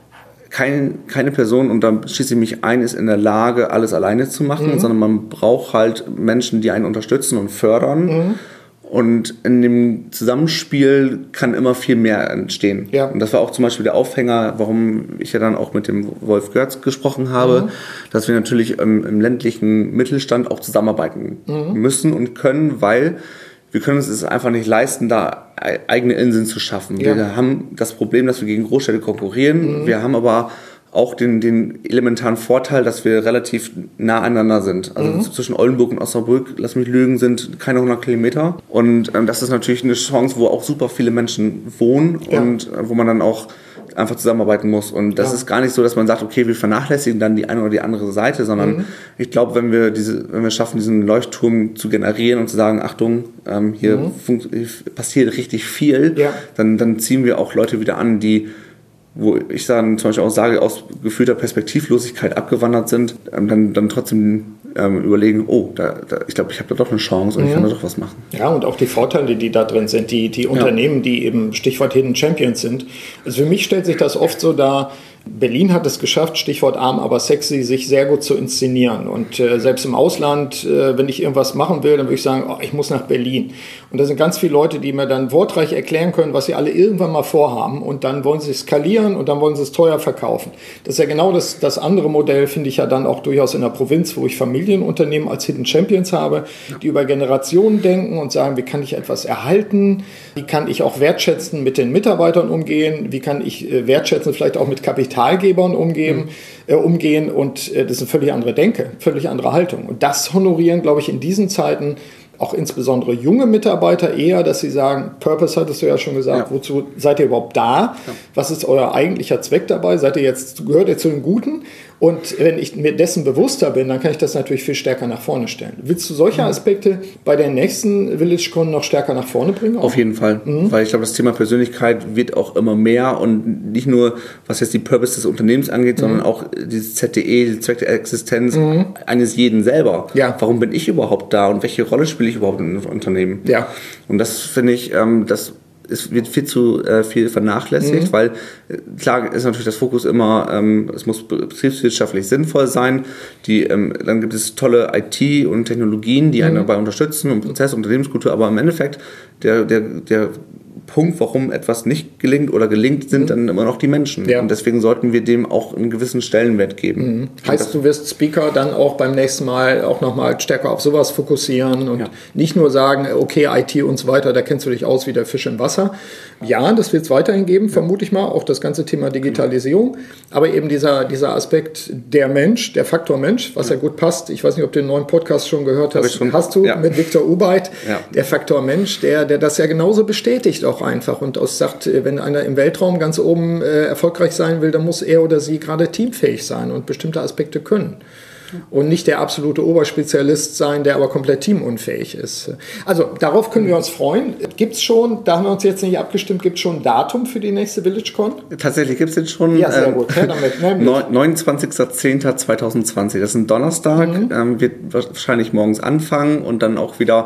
S2: Kein, keine Person, und da schließe ich mich ein, ist in der Lage, alles alleine zu machen, mhm. sondern man braucht halt Menschen, die einen unterstützen und fördern. Mhm. Und in dem Zusammenspiel kann immer viel mehr entstehen. Ja. Und das war auch zum Beispiel der Aufhänger, warum ich ja dann auch mit dem Wolf Görz gesprochen habe, mhm. dass wir natürlich im, im ländlichen Mittelstand auch zusammenarbeiten mhm. müssen und können, weil wir können uns es einfach nicht leisten, da eigene Inseln zu schaffen. Ja. Wir haben das Problem, dass wir gegen Großstädte konkurrieren. Mhm. Wir haben aber auch den, den elementaren Vorteil, dass wir relativ nah aneinander sind. Also mhm. zwischen Oldenburg und Osnabrück, lass mich lügen, sind keine hundert Kilometer. Und ähm, das ist natürlich eine Chance, wo auch super viele Menschen wohnen ja. und äh, wo man dann auch einfach zusammenarbeiten muss. Und das ja. ist gar nicht so, dass man sagt, okay, wir vernachlässigen dann die eine oder die andere Seite, sondern mhm. ich glaube, wenn wir diese, wenn wir schaffen, diesen Leuchtturm zu generieren und zu sagen, Achtung, ähm, hier mhm. funkt, passiert richtig viel, ja. dann, dann ziehen wir auch Leute wieder an, die, wo ich dann zum Beispiel auch sage, aus gefühlter Perspektivlosigkeit abgewandert sind, ähm, dann, dann trotzdem ähm, überlegen, oh, da, da, ich glaube, ich habe da doch eine Chance und mhm. ich kann da doch was machen.
S1: Ja, und auch die Vorteile, die da drin sind, die, die Unternehmen, ja. die eben Stichwort Hidden Champions sind. Also für mich stellt sich das oft so dar, Berlin hat es geschafft, Stichwort arm, aber sexy, sich sehr gut zu inszenieren. Und äh, selbst im Ausland, äh, wenn ich irgendwas machen will, dann würde ich sagen, oh, ich muss nach Berlin. Und da sind ganz viele Leute, die mir dann wortreich erklären können, was sie alle irgendwann mal vorhaben. Und dann wollen sie skalieren und dann wollen sie es teuer verkaufen. Das ist ja genau das, das andere Modell, finde ich ja dann auch durchaus in der Provinz, wo ich Familienunternehmen als Hidden Champions habe, die über Generationen denken und sagen, wie kann ich etwas erhalten? Wie kann ich auch wertschätzen mit den Mitarbeitern umgehen? Wie kann ich äh, wertschätzen vielleicht auch mit Kapitalgebern umgehen? Mhm. Äh, umgehen? Und äh, das ist eine völlig andere Denke, völlig andere Haltung. Und das honorieren, glaube ich, in diesen Zeiten auch insbesondere junge Mitarbeiter eher, dass sie sagen, Purpose hattest du ja schon gesagt, ja. wozu seid ihr überhaupt da? Ja. Was ist euer eigentlicher Zweck dabei? Seid ihr jetzt, gehört ihr zu den Guten? Und wenn ich mir dessen bewusster bin, dann kann ich das natürlich viel stärker nach vorne stellen. Willst du solche Aspekte bei der nächsten VillageCon noch stärker nach vorne bringen?
S2: Auf jeden Fall, mhm. weil ich glaube, das Thema Persönlichkeit wird auch immer mehr und nicht nur, was jetzt die Purpose des Unternehmens angeht, mhm. sondern auch dieses Z D E, die Zweck der Existenz mhm. eines jeden selber. Ja. Warum bin ich überhaupt da und welche Rolle spiele ich überhaupt in einem Unternehmen? Ja. Und das finde ich, ähm, das es wird viel zu äh, viel vernachlässigt, mhm. weil äh, klar ist natürlich das Fokus immer, ähm, es muss betriebswirtschaftlich sinnvoll sein. Die, ähm, dann gibt es tolle I T und Technologien, die mhm. einen dabei unterstützen und Prozess, Unternehmenskultur, aber im Endeffekt der, der, der Punkt, warum etwas nicht gelingt oder gelingt, sind mhm. dann immer noch die Menschen. Ja. Und deswegen sollten wir dem auch einen gewissen Stellenwert geben.
S1: Mhm. Heißt, du wirst Speaker dann auch beim nächsten Mal auch nochmal stärker auf sowas fokussieren und ja. nicht nur sagen, okay, I T und so weiter, da kennst du dich aus wie der Fisch im Wasser. Ja, das wird es weiterhin geben, ja. vermute ich mal, auch das ganze Thema Digitalisierung. Ja. Aber eben dieser, dieser Aspekt der Mensch, der Faktor Mensch, was ja. ja gut passt. Ich weiß nicht, ob du den neuen Podcast schon gehört hast. Schon. Hast du ja. mit Viktor Ubeit, ja. der Faktor Mensch, der, der das ja genauso bestätigt auch einfach und auch sagt, wenn einer im Weltraum ganz oben äh, erfolgreich sein will, dann muss er oder sie gerade teamfähig sein und bestimmte Aspekte können. Und nicht der absolute Oberspezialist sein, der aber komplett teamunfähig ist. Also darauf können wir uns freuen. Gibt es schon, da haben wir uns jetzt nicht abgestimmt, gibt es schon ein Datum für die nächste VillageCon?
S2: Tatsächlich gibt es jetzt schon.
S1: Ja, sehr gut.
S2: Ähm, damit, ne, neunundzwanzigster zehnter zweitausendzwanzig. Das ist ein Donnerstag. Mhm. Ähm, wird wahrscheinlich morgens anfangen und dann auch wieder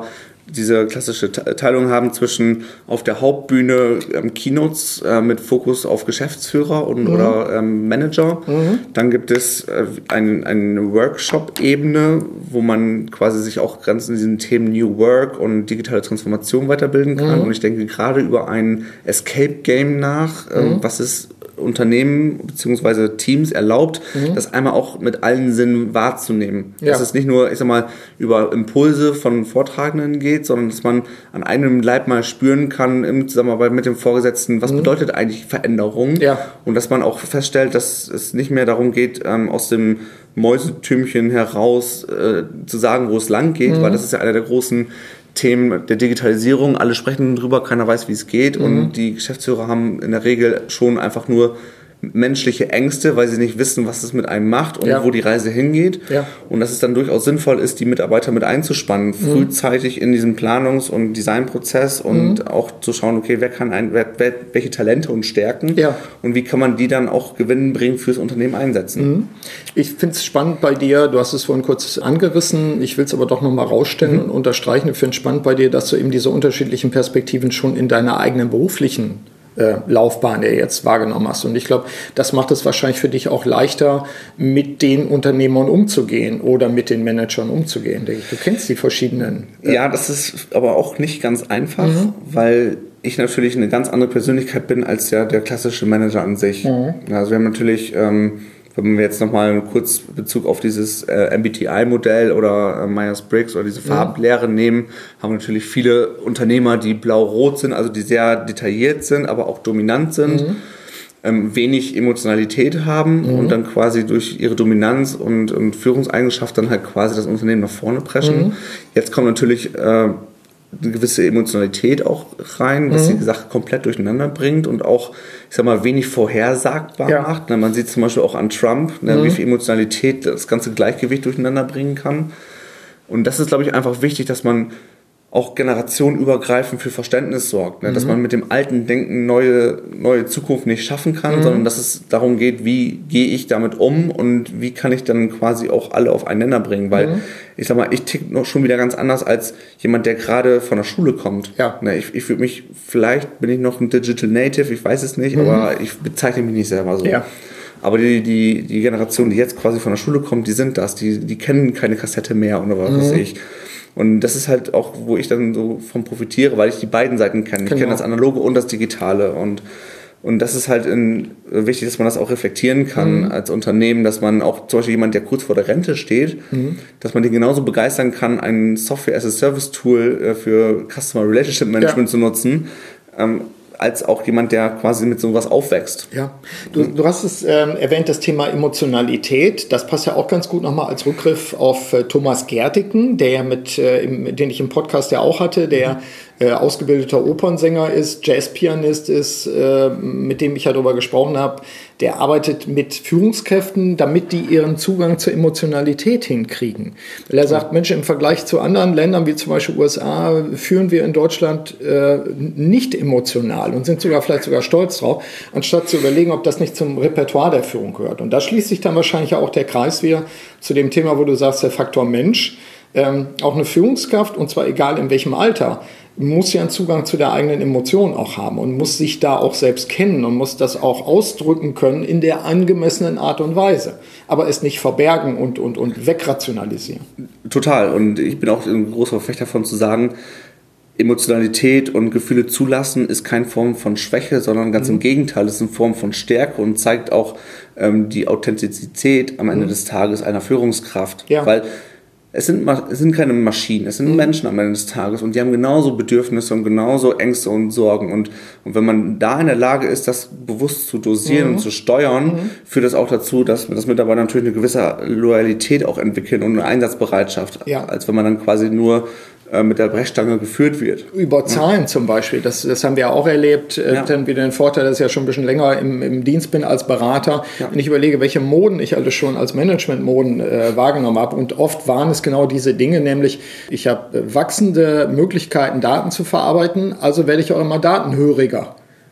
S2: diese klassische Teilung haben zwischen auf der Hauptbühne ähm, Keynotes äh, mit Fokus auf Geschäftsführer und, mhm. oder ähm, Manager. Mhm. Dann gibt es äh, ein, eine Workshop-Ebene, wo man quasi sich auch ganz in diesen Themen New Work und digitale Transformation weiterbilden kann. Mhm. Und ich denke gerade über ein Escape-Game nach, äh, mhm. was es Unternehmen bzw. Teams erlaubt, mhm. das einmal auch mit allen Sinnen wahrzunehmen. Ja. Dass es nicht nur, ich sag mal, über Impulse von Vortragenden geht, sondern dass man an einem Leib mal spüren kann, im Zusammenarbeit mit dem Vorgesetzten, was mhm. bedeutet eigentlich Veränderung? Ja. Und dass man auch feststellt, dass es nicht mehr darum geht, ähm, aus dem Mäusetümchen heraus äh, zu sagen, wo es lang geht, mhm. weil das ist ja einer der großen Themen der Digitalisierung. Alle sprechen drüber, keiner weiß, wie es geht. Mhm. Und die Geschäftsführer haben in der Regel schon einfach nur menschliche Ängste, weil sie nicht wissen, was es mit einem macht und ja. wo die Reise hingeht. Ja. Und dass es dann durchaus sinnvoll ist, die Mitarbeiter mit einzuspannen, mhm. frühzeitig in diesen Planungs- und Designprozess und mhm. auch zu schauen, okay, wer kann ein, wer, wer, welche Talente und Stärken ja. und wie kann man die dann auch gewinnbringend fürs Unternehmen einsetzen. Mhm.
S1: Ich finde es spannend bei dir, du hast es vorhin kurz angerissen, ich will es aber doch nochmal rausstellen mhm. und unterstreichen. Ich finde es spannend bei dir, dass du eben diese unterschiedlichen Perspektiven schon in deiner eigenen beruflichen Äh, Laufbahn, der jetzt wahrgenommen hast. Und ich glaube, das macht es wahrscheinlich für dich auch leichter, mit den Unternehmern umzugehen oder mit den Managern umzugehen. Denke ich, du kennst die verschiedenen.
S2: Äh ja, das ist aber auch nicht ganz einfach, mhm. weil ich natürlich eine ganz andere Persönlichkeit bin als ja der klassische Manager an sich. Mhm. Also wir haben natürlich, ähm, wenn wir jetzt nochmal kurz Bezug auf dieses äh, M B T I-Modell oder äh, Myers-Briggs oder diese Farblehre mhm. nehmen, haben natürlich viele Unternehmer, die blau-rot sind, also die sehr detailliert sind, aber auch dominant sind, mhm. ähm, wenig Emotionalität haben mhm. und dann quasi durch ihre Dominanz und, und Führungseigenschaft dann halt quasi das Unternehmen nach vorne preschen. Mhm. Jetzt kommt natürlich äh, eine gewisse Emotionalität auch rein, was mhm. die Sache komplett durcheinander bringt und auch, ich sag mal, wenig vorhersagbar ja. macht. Man sieht zum Beispiel auch an Trump, ne, mhm. wie viel Emotionalität das ganze Gleichgewicht durcheinander bringen kann. Und das ist, glaube ich, einfach wichtig, dass man auch generationenübergreifend für Verständnis sorgt. Ne? Mhm. Dass man mit dem alten Denken neue, neue Zukunft nicht schaffen kann, mhm. sondern dass es darum geht, wie gehe ich damit um und wie kann ich dann quasi auch alle auf einen Nenner bringen. Weil mhm. ich sag mal, ich tick noch schon wieder ganz anders als jemand, der gerade von der Schule kommt. Ja. Ne? Ich, ich würde mich, vielleicht bin ich noch ein Digital Native, ich weiß es nicht, mhm. aber ich bezeichne mich nicht selber so. Ja. Aber die, die, die Generation, die jetzt quasi von der Schule kommt, die sind das, die, die kennen keine Kassette mehr oder was mhm. weiß ich. Und das ist halt auch, wo ich dann so von profitiere, weil ich die beiden Seiten kenne. Genau. Ich kenne das Analoge und das Digitale. Und, und das ist halt in, wichtig, dass man das auch reflektieren kann mhm. als Unternehmen, dass man auch zum Beispiel jemand, der kurz vor der Rente steht, mhm. dass man den genauso begeistern kann, ein Software-as-a-Service-Tool für Customer Relationship Management ja. zu nutzen, ähm, als auch jemand, der quasi mit sowas aufwächst.
S1: Ja, du, du hast es ähm, erwähnt, das Thema Emotionalität. Das passt ja auch ganz gut nochmal als Rückgriff auf äh, Thomas Gertiken, der ja mit, äh, im, den ich im Podcast ja auch hatte, der äh, ausgebildeter Opernsänger ist, Jazzpianist ist, äh, mit dem ich ja darüber gesprochen habe. Der arbeitet mit Führungskräften, damit die ihren Zugang zur Emotionalität hinkriegen. Weil er sagt, Mensch, im Vergleich zu anderen Ländern, wie zum Beispiel U S A, führen wir in Deutschland äh, nicht emotional und sind sogar vielleicht sogar stolz drauf, anstatt zu überlegen, ob das nicht zum Repertoire der Führung gehört. Und da schließt sich dann wahrscheinlich auch der Kreis wieder zu dem Thema, wo du sagst, der Faktor Mensch. Ähm, auch eine Führungskraft, und zwar egal in welchem Alter, muss ja einen Zugang zu der eigenen Emotion auch haben und muss sich da auch selbst kennen und muss das auch ausdrücken können in der angemessenen Art und Weise. Aber es nicht verbergen und, und, und wegrationalisieren.
S2: Total. Und ich bin auch ein großer Verfechter davon zu sagen, Emotionalität und Gefühle zulassen ist keine Form von Schwäche, sondern ganz mhm. im Gegenteil, es ist eine Form von Stärke und zeigt auch ähm, die Authentizität am Ende mhm. des Tages einer Führungskraft. Ja. Weil Es sind, es sind keine Maschinen, es sind mhm. Menschen am Ende des Tages und die haben genauso Bedürfnisse und genauso Ängste und Sorgen. Und, und wenn man da in der Lage ist, das bewusst zu dosieren mhm. und zu steuern, mhm. führt das auch dazu, dass das Mitarbeiter natürlich eine gewisse Loyalität auch entwickeln und eine Einsatzbereitschaft, ja. als wenn man dann quasi nur mit der Brechstange geführt wird.
S1: Über Zahlen ja. zum Beispiel, das, das haben wir auch erlebt. Ja. Dann wieder den Vorteil, dass ich ja schon ein bisschen länger im, im Dienst bin als Berater. Ja. Wenn ich überlege, welche Moden ich alles schon als Managementmoden äh, wahrgenommen habe. Und oft waren es genau diese Dinge, nämlich ich habe wachsende Möglichkeiten, Daten zu verarbeiten, also werde ich auch immer datenhöriger.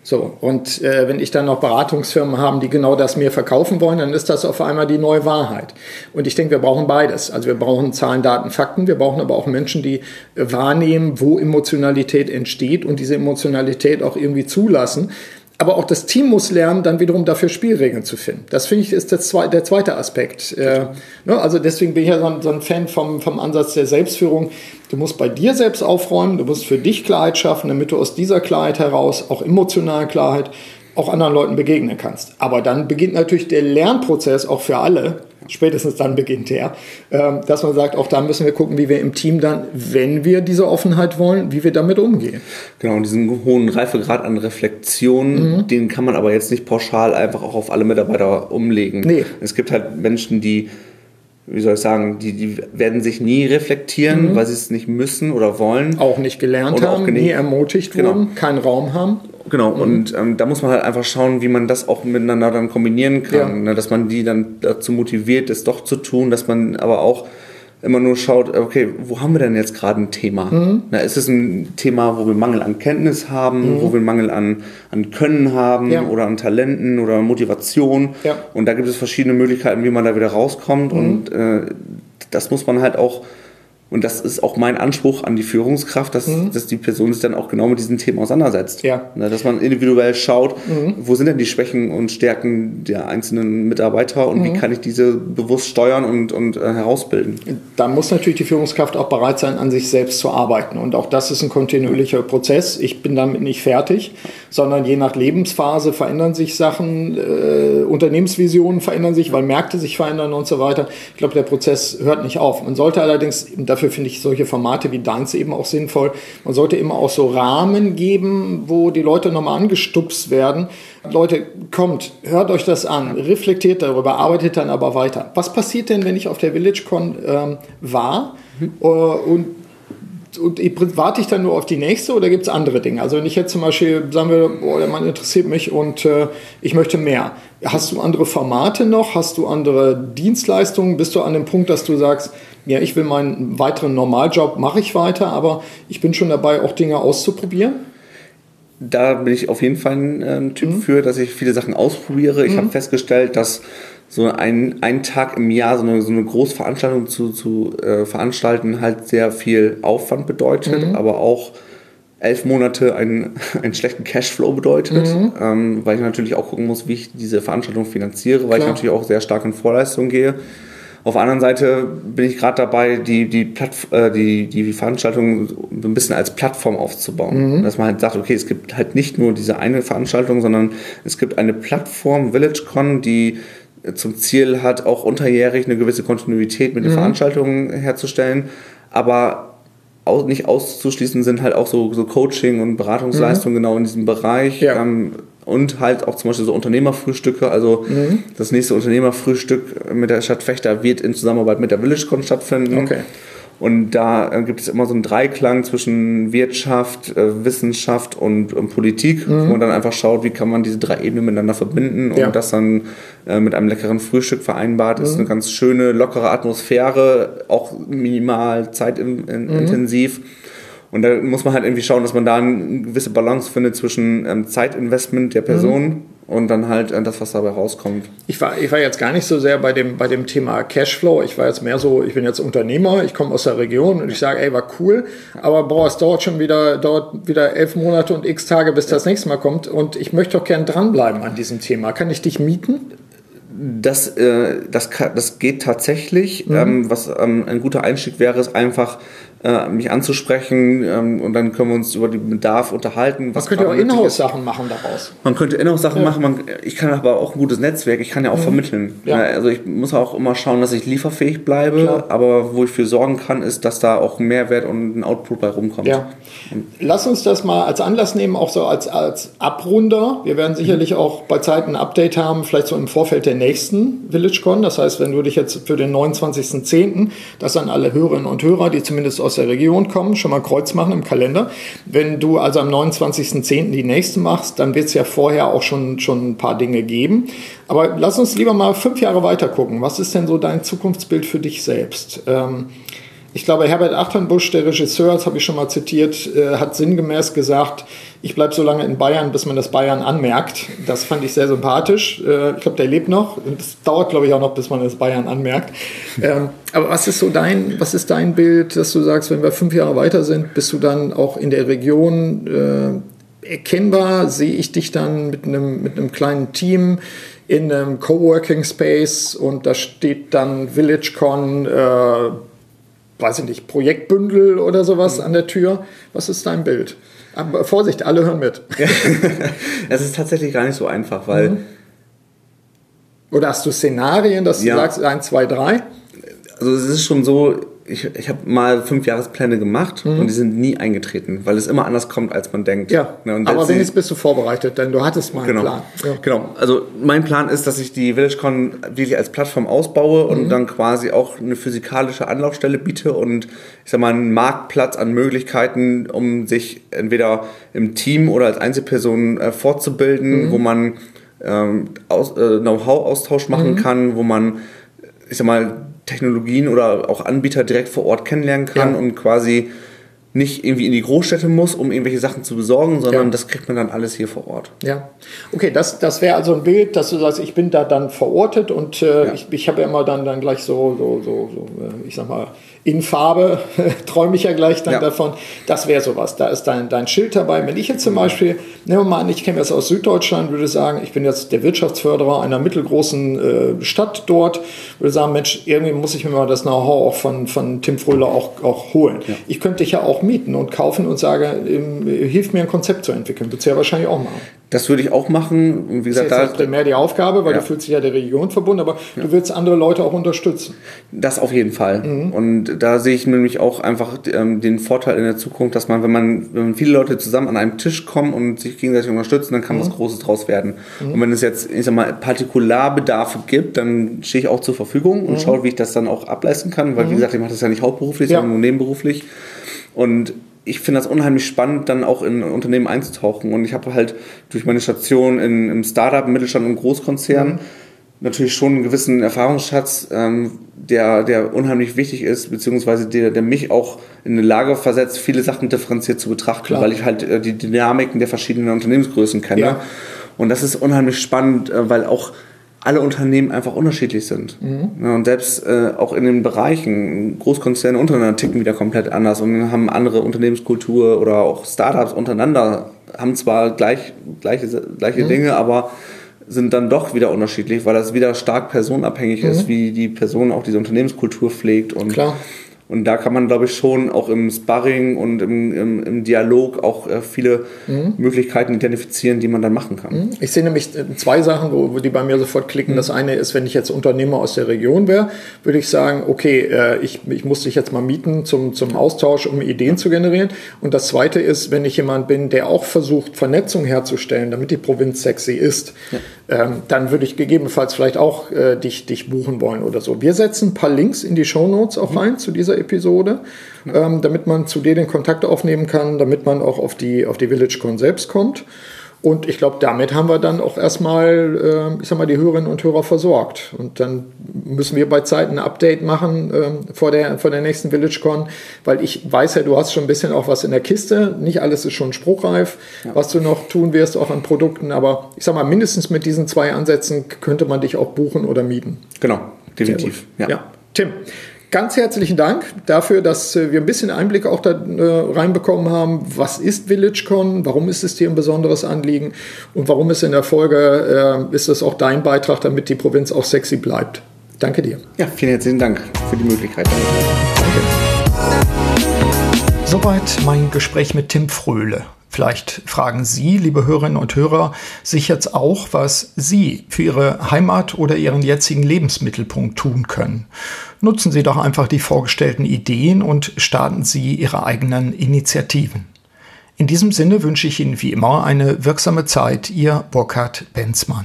S1: So, und äh, wenn ich dann noch Beratungsfirmen habe, die genau das mir verkaufen wollen, dann ist das auf einmal die neue Wahrheit. Und ich denke, wir brauchen beides. Also wir brauchen Zahlen, Daten, Fakten. Wir brauchen aber auch Menschen, die äh, wahrnehmen, wo Emotionalität entsteht und diese Emotionalität auch irgendwie zulassen. Aber auch das Team muss lernen, dann wiederum dafür Spielregeln zu finden. Das, finde ich, ist der, zwe- der zweite Aspekt. Äh, ne? Also deswegen bin ich ja so ein, so ein Fan vom, vom Ansatz der Selbstführung. Du musst bei dir selbst aufräumen, du musst für dich Klarheit schaffen, damit du aus dieser Klarheit heraus, auch emotionale Klarheit, auch anderen Leuten begegnen kannst. Aber dann beginnt natürlich der Lernprozess auch für alle. Spätestens dann beginnt der, äh, dass man sagt, auch da müssen wir gucken, wie wir im Team dann, wenn wir diese Offenheit wollen, wie wir damit umgehen.
S2: Genau, und diesen hohen Reifegrad an Reflexion, mhm. den kann man aber jetzt nicht pauschal einfach auch auf alle Mitarbeiter umlegen. Nee. Es gibt halt Menschen, die, wie soll ich sagen, die, die werden sich nie reflektieren, mhm. weil sie es nicht müssen oder wollen.
S1: Auch nicht gelernt haben, gene- nie ermutigt genau. wurden, keinen Raum haben.
S2: Genau, mhm. und ähm, da muss man halt einfach schauen, wie man das auch miteinander dann kombinieren kann, ja. ne? Dass man die dann dazu motiviert, es doch zu tun, dass man aber auch immer nur schaut, okay, wo haben wir denn jetzt gerade ein Thema? Mhm. Na, ist es ein Thema, wo wir Mangel an Kenntnis haben, mhm. wo wir Mangel an, an Können haben ja. oder an Talenten oder Motivation? Ja. Und da gibt es verschiedene Möglichkeiten, wie man da wieder rauskommt. Mhm. Und äh, das muss man halt auch, und das ist auch mein Anspruch an die Führungskraft, dass, mhm. dass die Person sich dann auch genau mit diesen Themen auseinandersetzt. Ja. Na, dass man individuell schaut, mhm. wo sind denn die Schwächen und Stärken der einzelnen Mitarbeiter und mhm. wie kann ich diese bewusst steuern und, und äh, herausbilden.
S1: Da muss natürlich die Führungskraft auch bereit sein, an sich selbst zu arbeiten. Und auch das ist ein kontinuierlicher Prozess. Ich bin damit nicht fertig, sondern je nach Lebensphase verändern sich Sachen, äh, Unternehmensvisionen verändern sich, weil Märkte sich verändern und so weiter. Ich glaube, der Prozess hört nicht auf. Man sollte allerdings, dafür finde ich solche Formate wie deins eben auch sinnvoll, man sollte immer auch so Rahmen geben, wo die Leute nochmal angestupst werden. Leute, kommt, hört euch das an, reflektiert darüber, arbeitet dann aber weiter. Was passiert denn, wenn ich auf der VillageCon ähm, war mhm. äh, und Und warte ich dann nur auf die nächste oder gibt es andere Dinge? Also wenn ich jetzt zum Beispiel sagen würde, boah, der Mann interessiert mich und äh, ich möchte mehr. Hast du andere Formate noch? Hast du andere Dienstleistungen? Bist du an dem Punkt, dass du sagst, ja, ich will meinen weiteren Normaljob, mache ich weiter, aber ich bin schon dabei, auch Dinge auszuprobieren?
S2: Da bin ich auf jeden Fall ein äh, Typ mhm. für, dass ich viele Sachen ausprobiere. Ich mhm. habe festgestellt, dass so ein, ein Tag im Jahr so eine, so eine Großveranstaltung zu, zu äh, veranstalten halt sehr viel Aufwand bedeutet, mhm. aber auch elf Monate einen, einen schlechten Cashflow bedeutet, mhm. ähm, weil ich natürlich auch gucken muss, wie ich diese Veranstaltung finanziere, weil Klar. ich natürlich auch sehr stark in Vorleistung gehe. Auf der anderen Seite bin ich gerade dabei, die, die, Plattf- äh, die, die Veranstaltung ein bisschen als Plattform aufzubauen. Mhm. Dass man halt sagt, okay, es gibt halt nicht nur diese eine Veranstaltung, sondern es gibt eine Plattform, VillageCon, die zum Ziel hat, auch unterjährig eine gewisse Kontinuität mit den mhm. Veranstaltungen herzustellen. Aber auch nicht auszuschließen sind halt auch so, so Coaching- und Beratungsleistungen mhm. genau in diesem Bereich. Ja. Ähm, und halt auch zum Beispiel so Unternehmerfrühstücke. Also mhm. das nächste Unternehmerfrühstück mit der Stadt Vechta wird in Zusammenarbeit mit der VillageCon stattfinden. Okay. Und da äh, gibt es immer so einen Dreiklang zwischen Wirtschaft, äh, Wissenschaft und, und Politik, mhm. wo man dann einfach schaut, wie kann man diese drei Ebenen miteinander verbinden ja. und das dann äh, mit einem leckeren Frühstück vereinbart. Mhm. Ist eine ganz schöne, lockere Atmosphäre, auch minimal zeitintensiv. Mhm. Und da muss man halt irgendwie schauen, dass man da eine gewisse Balance findet zwischen ähm, Zeitinvestment der Person mhm. und dann halt äh, das, was dabei rauskommt.
S1: Ich war, ich war jetzt gar nicht so sehr bei dem, bei dem Thema Cashflow. Ich war jetzt mehr so, ich bin jetzt Unternehmer, ich komme aus der Region und ich sage, ey, war cool, aber boah, es dauert schon wieder, dauert wieder elf Monate und x Tage, bis das nächste Mal kommt und ich möchte doch gern dranbleiben an diesem Thema. Kann ich dich mieten?
S2: Das, äh, das, kann, das geht tatsächlich. Mhm. Ähm, was ähm, ein guter Einstieg wäre, ist einfach, äh, mich anzusprechen ähm, und dann können wir uns über den Bedarf unterhalten.
S1: Was man könnte auch Inhouse-Sachen machen daraus.
S2: Man könnte Inhouse-Sachen ja. machen, man, ich kann aber auch ein gutes Netzwerk, ich kann ja auch mhm. vermitteln. Ja. Also ich muss auch immer schauen, dass ich lieferfähig bleibe, Klar. aber wo ich für sorgen kann, ist, dass da auch ein Mehrwert und ein Output bei rumkommt.
S1: Ja. Lass uns das mal als Anlass nehmen, auch so als, als Abrunder. Wir werden sicherlich mhm. auch bei Zeiten ein Update haben, vielleicht so im Vorfeld der nächsten VillageCon. Das heißt, wenn du dich jetzt für den neunundzwanzigsten zehnten, das an alle Hörerinnen und Hörer, die zumindest aus der Region kommen, schon mal Kreuz machen im Kalender. Wenn du also am neunundzwanzigsten zehnten die nächste machst, dann wird es ja vorher auch schon, schon ein paar Dinge geben. Aber lass uns lieber mal fünf Jahre weiter gucken. Was ist denn so dein Zukunftsbild für dich selbst? Ähm, Ich glaube, Herbert Achternbusch, der Regisseur, das habe ich schon mal zitiert, äh, hat sinngemäß gesagt, ich bleibe so lange in Bayern, bis man das Bayern anmerkt. Das fand ich sehr sympathisch. Äh, ich glaube, der lebt noch. Und es dauert, glaube ich, auch noch, bis man das Bayern anmerkt. Ähm, aber was ist so dein, was ist dein Bild, dass du sagst, wenn wir fünf Jahre weiter sind, bist du dann auch in der Region äh, erkennbar? Sehe ich dich dann mit einem, mit einem kleinen Team in einem Coworking Space und da steht dann VillageCon, äh, weiß ich nicht, Projektbündel oder sowas mhm. an der Tür. Was ist dein Bild? Aber Vorsicht, alle hören mit.
S2: Es ist tatsächlich gar nicht so einfach, weil... Mhm.
S1: Oder hast du Szenarien, dass ja. du sagst eins, zwei, drei?
S2: Also es ist schon so, ich, ich habe mal fünf Jahrespläne gemacht mhm. und die sind nie eingetreten, weil es immer anders kommt, als man denkt.
S1: Ja, ja und aber wenigstens bist du vorbereitet, denn du hattest mal einen
S2: genau,
S1: Plan. Ja.
S2: Genau, also mein Plan ist, dass ich die VillageCon wirklich als Plattform ausbaue und mhm. dann quasi auch eine physikalische Anlaufstelle biete und ich sag mal einen Marktplatz an Möglichkeiten, um sich entweder im Team oder als Einzelperson äh, fortzubilden, mhm. wo man ähm, aus, äh, Know-how-Austausch machen mhm. kann, wo man, ich sag mal, Technologien oder auch Anbieter direkt vor Ort kennenlernen kann ja. und quasi nicht irgendwie in die Großstädte muss, um irgendwelche Sachen zu besorgen, sondern ja. das kriegt man dann alles hier vor Ort.
S1: Ja, okay, das, das wäre also ein Bild, dass du sagst, ich bin da dann verortet und äh, ja. ich, ich habe ja immer dann, dann gleich so, so, so, so, ich sag mal, in Farbe, träume ich ja gleich dann ja. davon, das wäre sowas, da ist dein, dein Schild dabei. Wenn ich jetzt zum Beispiel, nehmen wir mal an, ich käme jetzt aus Süddeutschland, würde sagen, ich bin jetzt der Wirtschaftsförderer einer mittelgroßen äh, Stadt dort, würde sagen, Mensch, irgendwie muss ich mir mal das Know-how auch von, von Tim Fröhler auch, auch holen. Ja. Ich könnte dich ja auch mieten und kaufen und sage, ähm, hilf mir ein Konzept zu entwickeln. Würdest du ja wahrscheinlich auch machen.
S2: Das würde ich auch machen. Wie gesagt,
S1: das ist jetzt da primär die Aufgabe, weil ja. du fühlst dich ja der Region verbunden, aber ja. du willst andere Leute auch unterstützen.
S2: Das auf jeden Fall. Mhm. Und da sehe ich nämlich auch einfach ähm, den Vorteil in der Zukunft, dass man, wenn man, wenn man viele Leute zusammen an einem Tisch kommen und sich gegenseitig unterstützen, dann kann mhm. was Großes draus werden. Mhm. Und wenn es jetzt, ich sag mal, Partikularbedarfe gibt, dann stehe ich auch zur Verfügung und mhm. schaue, wie ich das dann auch ableisten kann, weil, mhm. wie gesagt, ich mache das ja nicht hauptberuflich, ja. sondern nur nebenberuflich. Und ich finde das unheimlich spannend, dann auch in Unternehmen einzutauchen. Und ich habe halt durch meine Station in, im Startup, im Mittelstand und Großkonzern mhm. natürlich schon einen gewissen Erfahrungsschatz, ähm, der, der unheimlich wichtig ist, beziehungsweise der, der mich auch in eine Lage versetzt, viele Sachen differenziert zu betrachten, Klar. weil ich halt äh, die Dynamiken der verschiedenen Unternehmensgrößen kenne. Ja. Und das ist unheimlich spannend, äh, weil auch alle Unternehmen einfach unterschiedlich sind. Mhm. Ja, und selbst äh, auch in den Bereichen, Großkonzerne untereinander ticken wieder komplett anders und haben andere Unternehmenskultur oder auch Startups untereinander, haben zwar gleich, gleiche, gleiche mhm. Dinge, aber sind dann doch wieder unterschiedlich, weil das wieder stark personenabhängig mhm. ist, wie die Person auch diese Unternehmenskultur pflegt. Und
S1: Klar.
S2: Und da kann man, glaube ich, schon auch im Sparring und im, im, im Dialog auch äh, viele mhm. Möglichkeiten identifizieren, die man dann machen kann.
S1: Ich sehe nämlich zwei Sachen, wo, wo die bei mir sofort klicken. Mhm. Das eine ist, wenn ich jetzt Unternehmer aus der Region wäre, würde ich sagen, okay, äh, ich, ich muss dich jetzt mal mieten zum, zum Austausch, um Ideen zu generieren. Und das zweite ist, wenn ich jemand bin, der auch versucht, Vernetzung herzustellen, damit die Provinz sexy ist, ja. ähm, dann würde ich gegebenenfalls vielleicht auch äh, dich, dich buchen wollen oder so. Wir setzen ein paar Links in die Shownotes auch mhm. rein zu dieser Episode, ja. ähm, damit man zu dir den Kontakt aufnehmen kann, damit man auch auf die, auf die VillageCon selbst kommt. Und ich glaube, damit haben wir dann auch erstmal, äh, ich sag mal, die Hörerinnen und Hörer versorgt. Und dann müssen wir bei Zeit ein Update machen äh, vor der, vor der nächsten VillageCon, weil ich weiß ja, du hast schon ein bisschen auch was in der Kiste. Nicht alles ist schon spruchreif, ja. was du noch tun wirst, auch an Produkten. Aber ich sag mal, mindestens mit diesen zwei Ansätzen könnte man dich auch buchen oder mieten.
S2: Genau, definitiv.
S1: Ja. ja. Tim, ganz herzlichen Dank dafür, dass wir ein bisschen Einblick auch da äh, reinbekommen haben. Was ist VillageCon? Warum ist es dir ein besonderes Anliegen? Und warum ist in der Folge, äh, ist das auch dein Beitrag, damit die Provinz auch sexy bleibt? Danke dir.
S2: Ja, vielen herzlichen Dank für die Möglichkeit.
S1: Danke. Soweit mein Gespräch mit Tim Fröhle. Vielleicht fragen Sie, liebe Hörerinnen und Hörer, sich jetzt auch, was Sie für Ihre Heimat oder Ihren jetzigen Lebensmittelpunkt tun können. Nutzen Sie doch einfach die vorgestellten Ideen und starten Sie Ihre eigenen Initiativen. In diesem Sinne wünsche ich Ihnen wie immer eine wirksame Zeit. Ihr Burkhard Benzmann.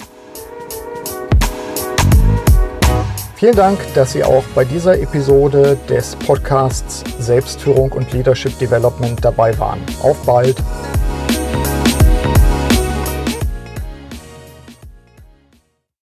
S1: Vielen Dank, dass Sie auch bei dieser Episode des Podcasts Selbstführung und Leadership Development dabei waren. Auf bald!